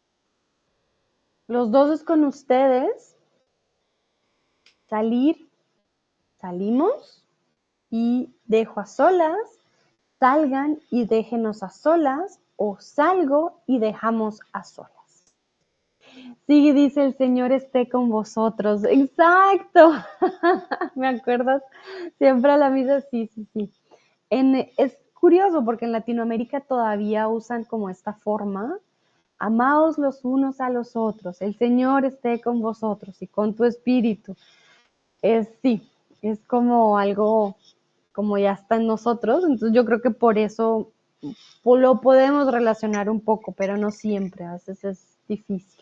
los dos es con ustedes. Salir, salimos. y dejo a solas, salgan y déjenos a solas, o salgo y dejamos a solas. Sí, dice el Señor esté con vosotros. Exacto. ¿Me acuerdas? Siempre a la misa, sí, sí, sí. En, es curioso porque en Latinoamérica todavía usan como esta forma. Amaos los unos a los otros. El Señor esté con vosotros y con tu espíritu. Es sí, es como algo, como ya está en nosotros. Entonces yo creo que por eso lo podemos relacionar un poco, pero no siempre. A veces es difícil.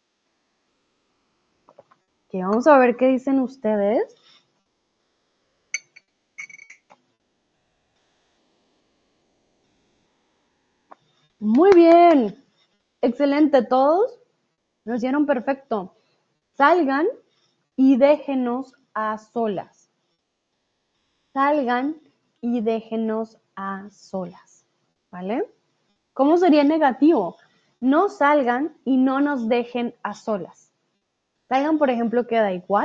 Que vamos a ver qué dicen ustedes. Muy bien, excelente, todos lo hicieron perfecto. Salgan y déjenos a solas. Salgan y déjenos a solas, ¿vale? ¿Cómo sería negativo? No salgan y no nos dejen a solas. Salgan, por ejemplo, queda igual.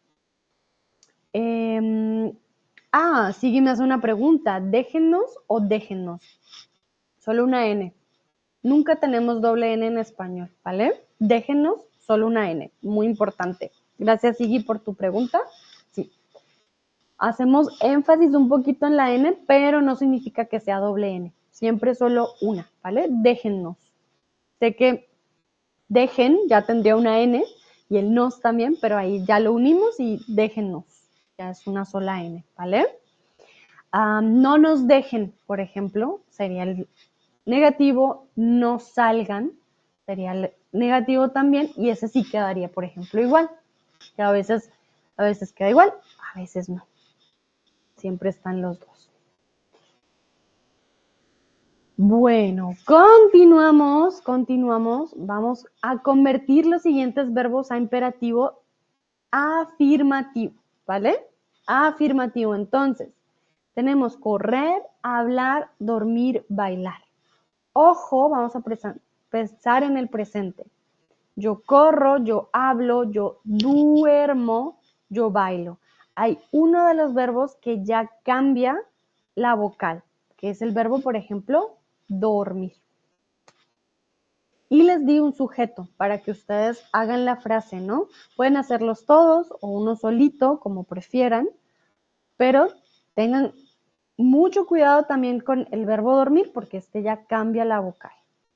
Eh, ah, Sigui me hace una pregunta. ¿Déjenos o déjenos? Solo una N. Nunca tenemos doble N en español, ¿vale? Déjenos solo una N, muy importante. Gracias, Sigui, por tu pregunta. Sí. Hacemos énfasis un poquito en la N, pero no significa que sea doble N. Siempre solo una, ¿vale? Déjennos. Sé que dejen ya tendría una N y el nos también, pero ahí ya lo unimos y déjennos. Ya es una sola N, ¿vale? Um, no nos dejen, por ejemplo, sería el negativo, no salgan, sería el negativo también, y ese sí quedaría, por ejemplo, igual, que a veces, a veces queda igual, a veces no. Siempre están los dos. Bueno, continuamos, continuamos. Vamos a convertir los siguientes verbos a imperativo afirmativo, ¿vale? Afirmativo, entonces, tenemos correr, hablar, dormir, bailar. Ojo, vamos a pensar en el presente. Yo corro, yo hablo, yo duermo, yo bailo. Hay uno de los verbos que ya cambia la vocal, que es el verbo, por ejemplo, dormir. Y les di un sujeto para que ustedes hagan la frase, ¿no? Pueden hacerlos todos o uno solito, como prefieran, pero tengan mucho cuidado también con el verbo dormir porque este ya cambia la vocal.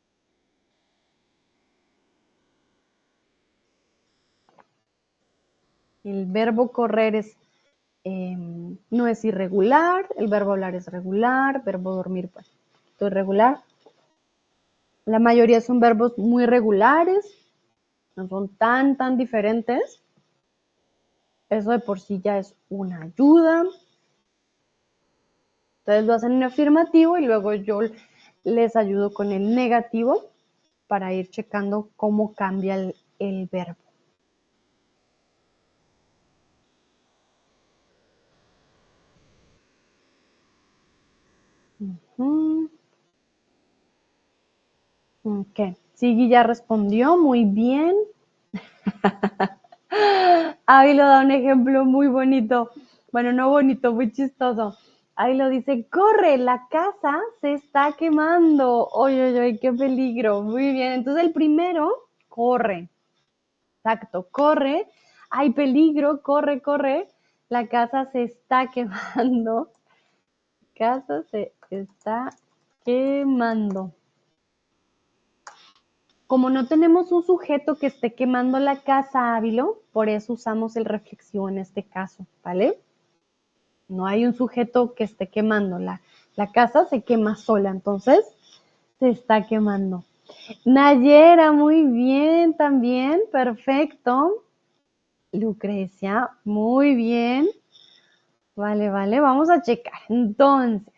El verbo correr es, eh, no es irregular, el verbo hablar es regular, verbo dormir, pues, irregular. La mayoría son verbos muy regulares, no son tan, tan diferentes. Eso de por sí ya es una ayuda. Entonces lo hacen en afirmativo y luego yo les ayudo con el negativo para ir checando cómo cambia el, el verbo. Uh-huh. Ok, Sigui ya respondió, muy bien. Ávilo da un ejemplo muy bonito. Bueno, no bonito, muy chistoso. Ávilo dice, corre, la casa se está quemando. Oye, oye, oye, qué peligro. Muy bien, entonces el primero, corre. Exacto, corre. Hay peligro, corre, corre. La casa se está quemando. La casa se está quemando. Como no tenemos un sujeto que esté quemando la casa, Ávilo, por eso usamos el reflexivo en este caso, ¿vale? No hay un sujeto que esté quemando, la, la casa se quema sola, entonces se está quemando. Nayera, muy bien también, perfecto. Lucrecia, muy bien. Vale, vale, vamos a checar. Entonces,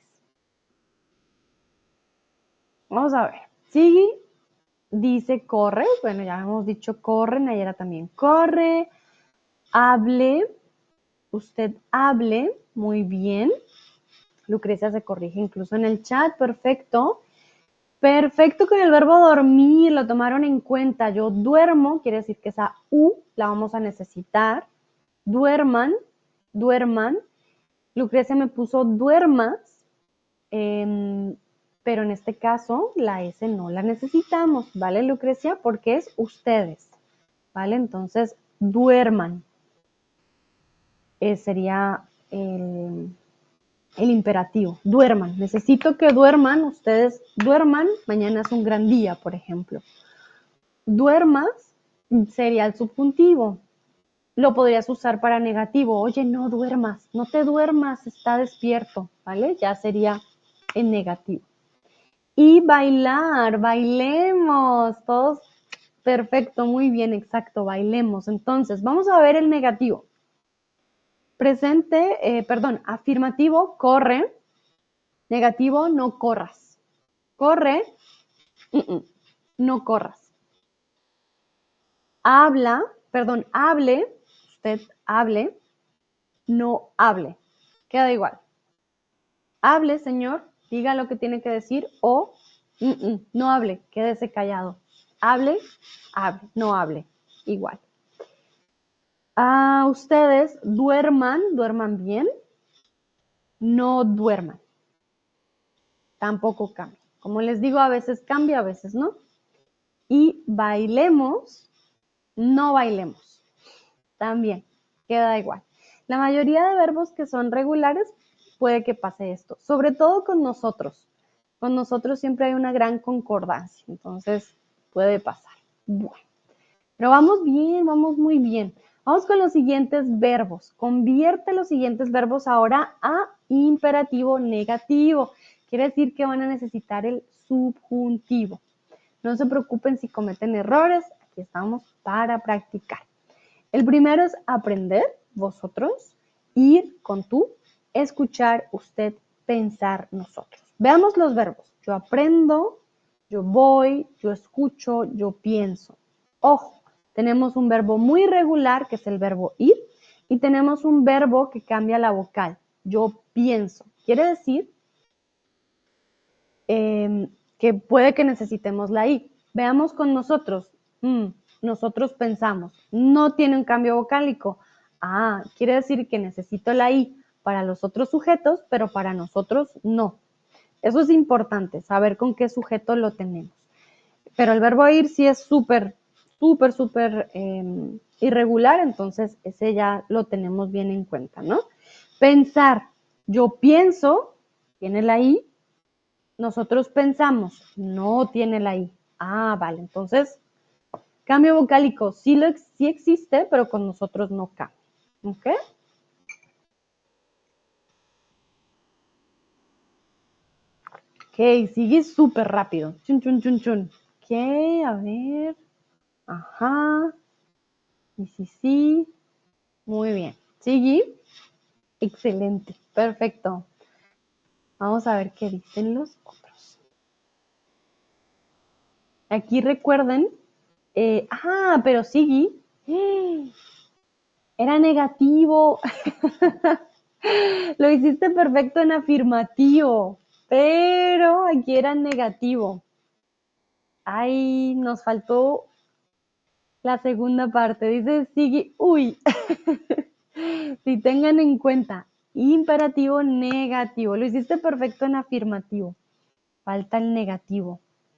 vamos a ver. Sigui dice corre, bueno, ya hemos dicho corre, Nayera también corre. Hable, usted hable, muy bien. Lucrecia se corrige incluso en el chat, perfecto. Perfecto con el verbo dormir, lo tomaron en cuenta. Yo duermo, quiere decir que esa U la vamos a necesitar. Duerman, duerman. Lucrecia me puso duermas, eh, pero en este caso la S no la necesitamos, ¿vale, Lucrecia? Porque es ustedes, ¿vale? Entonces, duerman. Eh, sería el, el imperativo, duerman. Necesito que duerman, ustedes duerman, mañana es un gran día, por ejemplo. Duermas sería el subjuntivo. Lo podrías usar para negativo. Oye, no duermas, no te duermas, está despierto, ¿vale? Ya sería en negativo. Y bailar, bailemos, todos, perfecto, muy bien, exacto, bailemos. Entonces, vamos a ver el negativo. Presente, eh, perdón, afirmativo, corre. Negativo, no corras. Corre, uh -uh, no corras. Habla, perdón, hable, usted hable, no hable. Queda igual. Hable, señor, diga lo que tiene que decir o uh -uh, no hable, quédese callado. Hable, hable, no hable. Igual. Ah, ustedes duerman, duerman bien, no duerman. Tampoco cambia. Como les digo, a veces cambia, a veces no. Y bailemos, no bailemos. También queda igual. La mayoría de verbos que son regulares puede que pase esto, sobre todo con nosotros. Con nosotros siempre hay una gran concordancia, entonces puede pasar. Bueno, pero vamos bien, vamos muy bien. Vamos con los siguientes verbos. Convierte los siguientes verbos ahora a imperativo negativo. Quiere decir que van a necesitar el subjuntivo. No se preocupen si cometen errores, aquí estamos para practicar. El primero es aprender, vosotros, ir con tú, escuchar, usted, pensar, nosotros. Veamos los verbos. Yo aprendo, yo voy, yo escucho, yo pienso. Ojo, tenemos un verbo muy regular, que es el verbo ir, y tenemos un verbo que cambia la vocal. Yo pienso. Quiere decir eh, que puede que necesitemos la I. Veamos con nosotros. Mm, nosotros pensamos. No tiene un cambio vocálico. Ah, quiere decir que necesito la I para los otros sujetos, pero para nosotros no. Eso es importante, saber con qué sujeto lo tenemos. Pero el verbo ir sí es súper, súper, súper eh, irregular, entonces ese ya lo tenemos bien en cuenta, ¿no? Pensar. Yo pienso, tiene la I, nosotros pensamos, no tiene la I. Ah, vale, entonces, cambio vocálico sí, lo, sí existe, pero con nosotros no cambia. ¿Ok? Ok, sigue súper rápido. Chun, chun, chun, chun. Ok, a ver. Ajá. Y sí, sí. Muy bien. Sigue. Excelente. Perfecto. Vamos a ver qué dicen los otros. Aquí recuerden. Eh, ah, pero sigue. Era negativo. Lo hiciste perfecto en afirmativo, pero aquí era negativo. Ay, nos faltó la segunda parte. Dice sigue, uy. Si tengan en cuenta, imperativo negativo. Lo hiciste perfecto en afirmativo. Falta el negativo.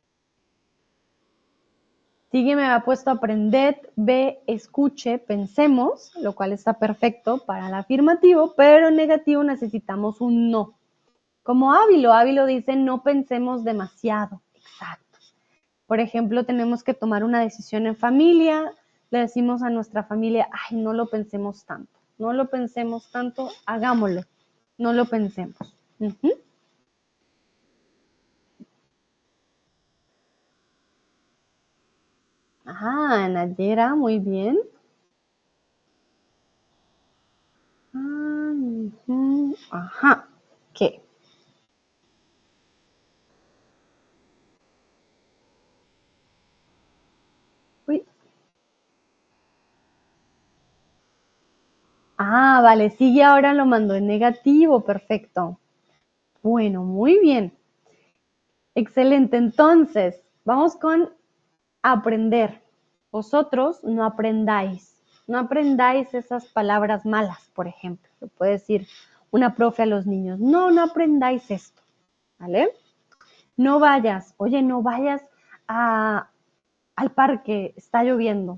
Sigue me ha puesto aprended, ve, escuche, pensemos, lo cual está perfecto para el afirmativo, pero en negativo necesitamos un no. Como Ávilo, Ávilo dice no pensemos demasiado. Exacto. Por ejemplo, tenemos que tomar una decisión en familia, le decimos a nuestra familia, ay, no lo pensemos tanto, no lo pensemos tanto, hagámoslo, no lo pensemos. Uh-huh. Ajá, Nayera, muy bien. Uh-huh. Ajá, ¿qué? Uy. Ah, vale, sigue ahora lo mandó en negativo, perfecto. Bueno, muy bien. Excelente, entonces, vamos con aprender. Vosotros no aprendáis, no aprendáis esas palabras malas, por ejemplo. Se puede decir, una profe a los niños, no, no aprendáis esto, ¿vale? No vayas, oye, no vayas a, al parque, está lloviendo.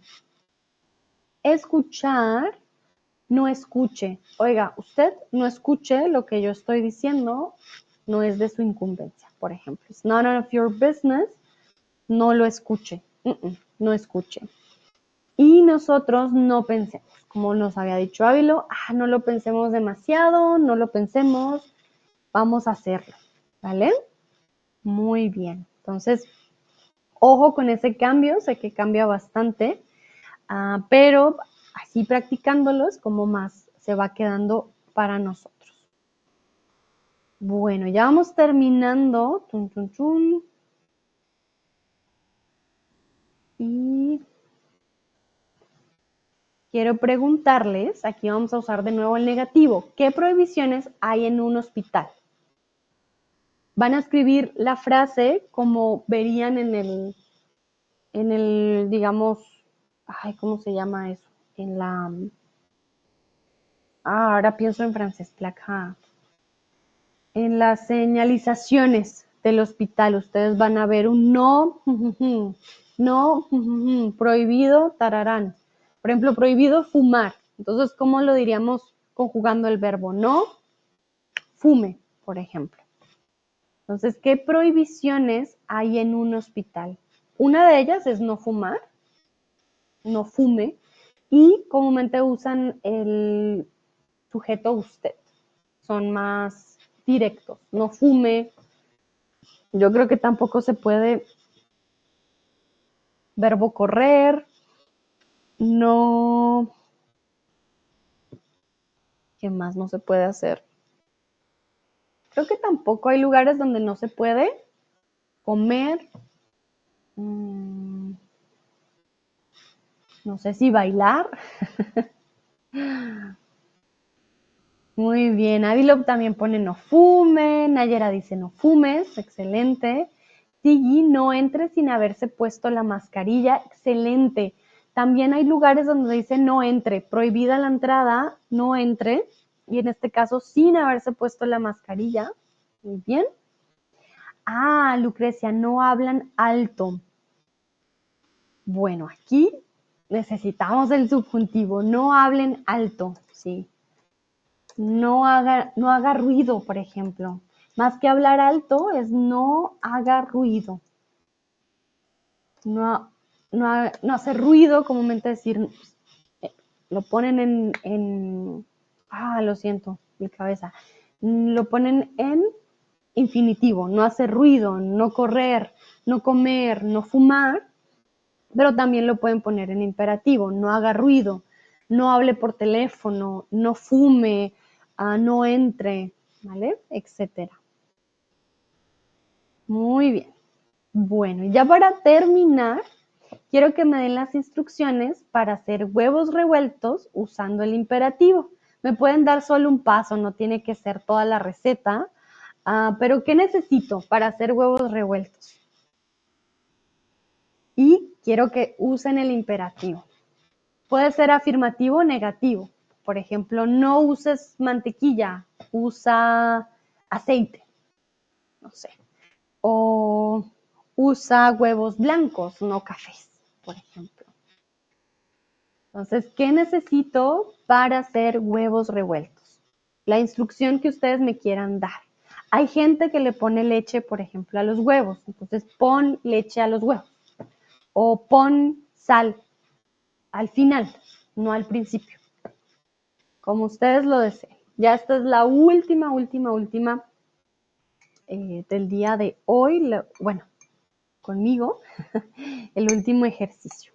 Escuchar, no escuche. Oiga, usted no escuche lo que yo estoy diciendo, no es de su incumbencia, por ejemplo. It's none of your business, no lo escuche, uh-uh, no escuche. Y nosotros no pensemos, como nos había dicho Ávilo, ah, no lo pensemos demasiado, no lo pensemos, vamos a hacerlo, ¿vale? Muy bien, entonces, ojo con ese cambio, sé que cambia bastante, uh, pero así practicándolos como más se va quedando para nosotros. Bueno, ya vamos terminando. Chun, chun, chun. Y quiero preguntarles, aquí vamos a usar de nuevo el negativo, ¿qué prohibiciones hay en un hospital? Van a escribir la frase como verían en el, en el, digamos, ay, ¿cómo se llama eso? En la, ah, ahora pienso en francés, placa. En las señalizaciones del hospital, ustedes van a ver un no, no, prohibido, tararán. Por ejemplo, prohibido fumar. Entonces, ¿cómo lo diríamos conjugando el verbo? No, fume, por ejemplo. Entonces, ¿qué prohibiciones hay en un hospital? Una de ellas es no fumar, no fume, y comúnmente usan el sujeto usted. Son más directos, no fume. Yo creo que tampoco se puede verbo correr, no. ¿Qué más no se puede hacer? Creo que tampoco hay lugares donde no se puede comer. Mmm, no sé si bailar. Muy bien, Ávilo también pone no fume, Nayera dice no fumes, excelente. Tigui, no entre sin haberse puesto la mascarilla, excelente. También hay lugares donde dice no entre, prohibida la entrada, no entre, y en este caso sin haberse puesto la mascarilla. Muy bien. Ah, Lucrecia, no hablan alto. Bueno, aquí necesitamos el subjuntivo, no hablen alto, sí. No haga, no haga ruido, por ejemplo. Más que hablar alto es no haga ruido. No, no, no hacer ruido, comúnmente decir, eh, lo ponen en, en, ah, lo siento, mi cabeza. Lo ponen en infinitivo, no hacer ruido, no correr, no comer, no fumar, pero también lo pueden poner en imperativo, no haga ruido, no hable por teléfono, no fume, uh, no entre, ¿vale? Etcétera. Muy bien. Bueno, y ya para terminar, quiero que me den las instrucciones para hacer huevos revueltos usando el imperativo. Me pueden dar solo un paso, no tiene que ser toda la receta, uh, pero ¿qué necesito para hacer huevos revueltos? Y quiero que usen el imperativo. Puede ser afirmativo o negativo. Por ejemplo, no uses mantequilla, usa aceite, no sé. O usa huevos blancos, no cafés, por ejemplo. Entonces, ¿qué necesito para hacer huevos revueltos? La instrucción que ustedes me quieran dar. Hay gente que le pone leche, por ejemplo, a los huevos. Entonces, pon leche a los huevos. O pon sal al final, no al principio. Como ustedes lo deseen. Ya esta es la última, última, última eh, del día de hoy. Lo, bueno, conmigo, el último ejercicio.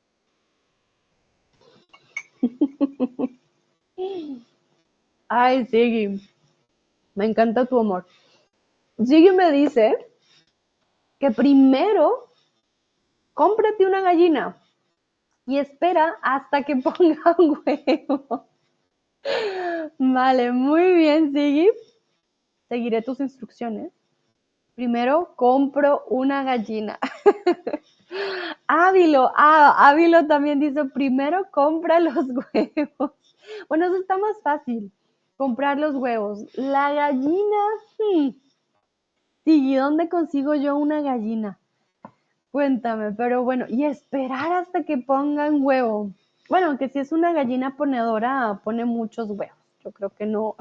Ay, Siggy, me encanta tu amor. Siggy me dice que primero cómprate una gallina y espera hasta que ponga un huevo. Vale, muy bien, Siggy. Seguiré tus instrucciones. Primero compro una gallina. Ávilo, ah, Ávilo también dice, primero compra los huevos. Bueno, eso está más fácil. Comprar los huevos. La gallina, hmm. Sí, ¿y dónde consigo yo una gallina? Cuéntame, pero bueno, y esperar hasta que pongan huevo. Bueno, que si es una gallina ponedora, pone muchos huevos. Yo creo que no,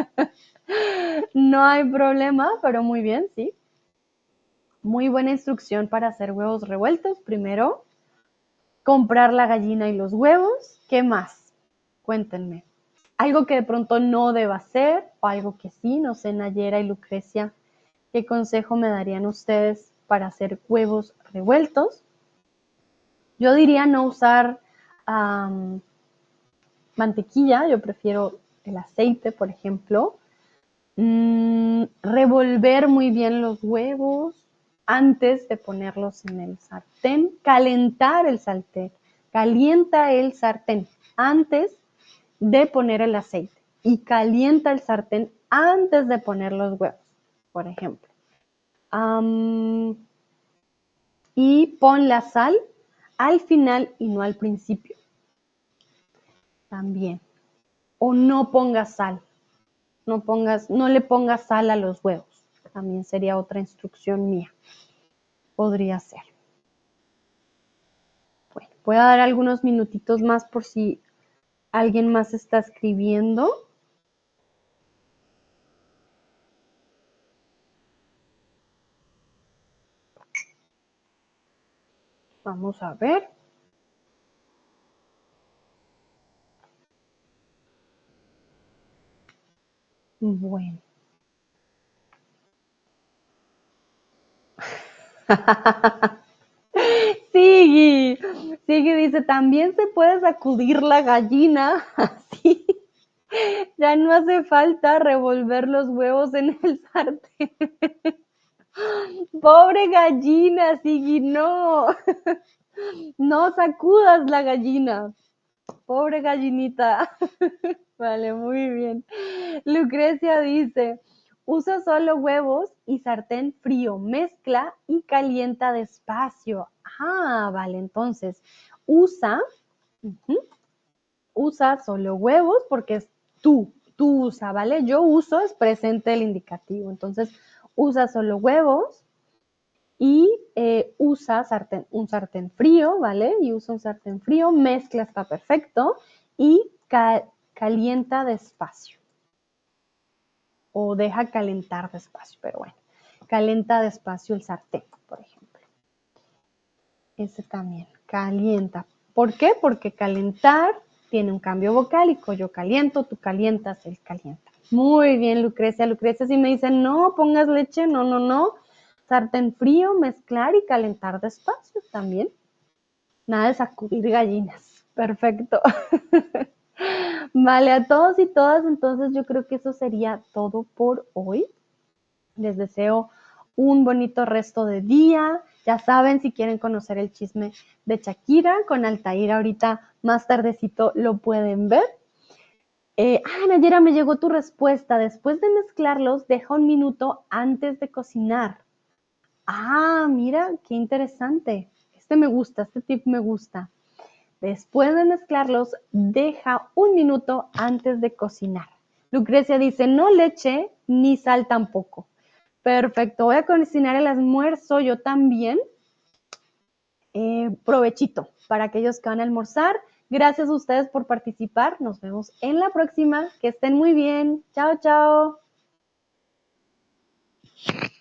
no hay problema, pero muy bien, sí. Muy buena instrucción para hacer huevos revueltos. Primero, comprar la gallina y los huevos. ¿Qué más? Cuéntenme. Algo que de pronto no deba hacer o algo que sí, no sé, Nayera y Lucrecia, ¿qué consejo me darían ustedes para hacer huevos revueltos? Yo diría no usar um, mantequilla, yo prefiero el aceite, por ejemplo. Mm, revolver muy bien los huevos antes de ponerlos en el sartén. Calentar el sartén. Calienta el sartén antes de poner el aceite. Y calienta el sartén antes de poner los huevos, por ejemplo. Um, y pon la sal al final y no al principio. También. O no pongas sal. No, pongas, no le pongas sal a los huevos. También sería otra instrucción mía. Podría ser. Bueno, voy a dar algunos minutitos más por si alguien más está escribiendo. Vamos a ver. Bueno. Sigui, Sigui dice, también se puede sacudir la gallina, así ya no hace falta revolver los huevos en el sartén. Pobre gallina, Sigui, no, no sacudas la gallina. Pobre gallinita. Vale, muy bien. Lucrecia dice, usa solo huevos y sartén frío, mezcla y calienta despacio. Ah, vale, entonces usa, uh-huh, usa solo huevos porque es tú, tú usa, ¿vale? Yo uso es presente el indicativo, entonces usa solo huevos y eh, usa sartén, un sartén frío, ¿vale? Y usa un sartén frío, mezcla, está perfecto, y ca calienta despacio. O deja calentar despacio, pero bueno, calienta despacio el sartén, por ejemplo. Ese también, calienta. ¿Por qué? Porque calentar tiene un cambio vocálico. Yo caliento, tú calientas, él calienta. Muy bien, Lucrecia. Lucrecia sí me dice, no pongas leche, no, no, no. Sartén frío, mezclar y calentar despacio también. Nada de sacudir gallinas. Perfecto. Vale, a todos y todas, entonces yo creo que eso sería todo por hoy. Les deseo un bonito resto de día. Ya saben, si quieren conocer el chisme de Shakira con Altair, ahorita más tardecito lo pueden ver. Eh, ah, Nayera, me llegó tu respuesta. Después de mezclarlos, deja un minuto antes de cocinar. Ah, mira, qué interesante. Este me gusta, este tip me gusta. Después de mezclarlos, deja un minuto antes de cocinar. Lucrecia dice, no leche ni sal tampoco. Perfecto, voy a cocinar el almuerzo yo también. Eh, provechito para aquellos que van a almorzar. Gracias a ustedes por participar. Nos vemos en la próxima. Que estén muy bien. Chao, chao.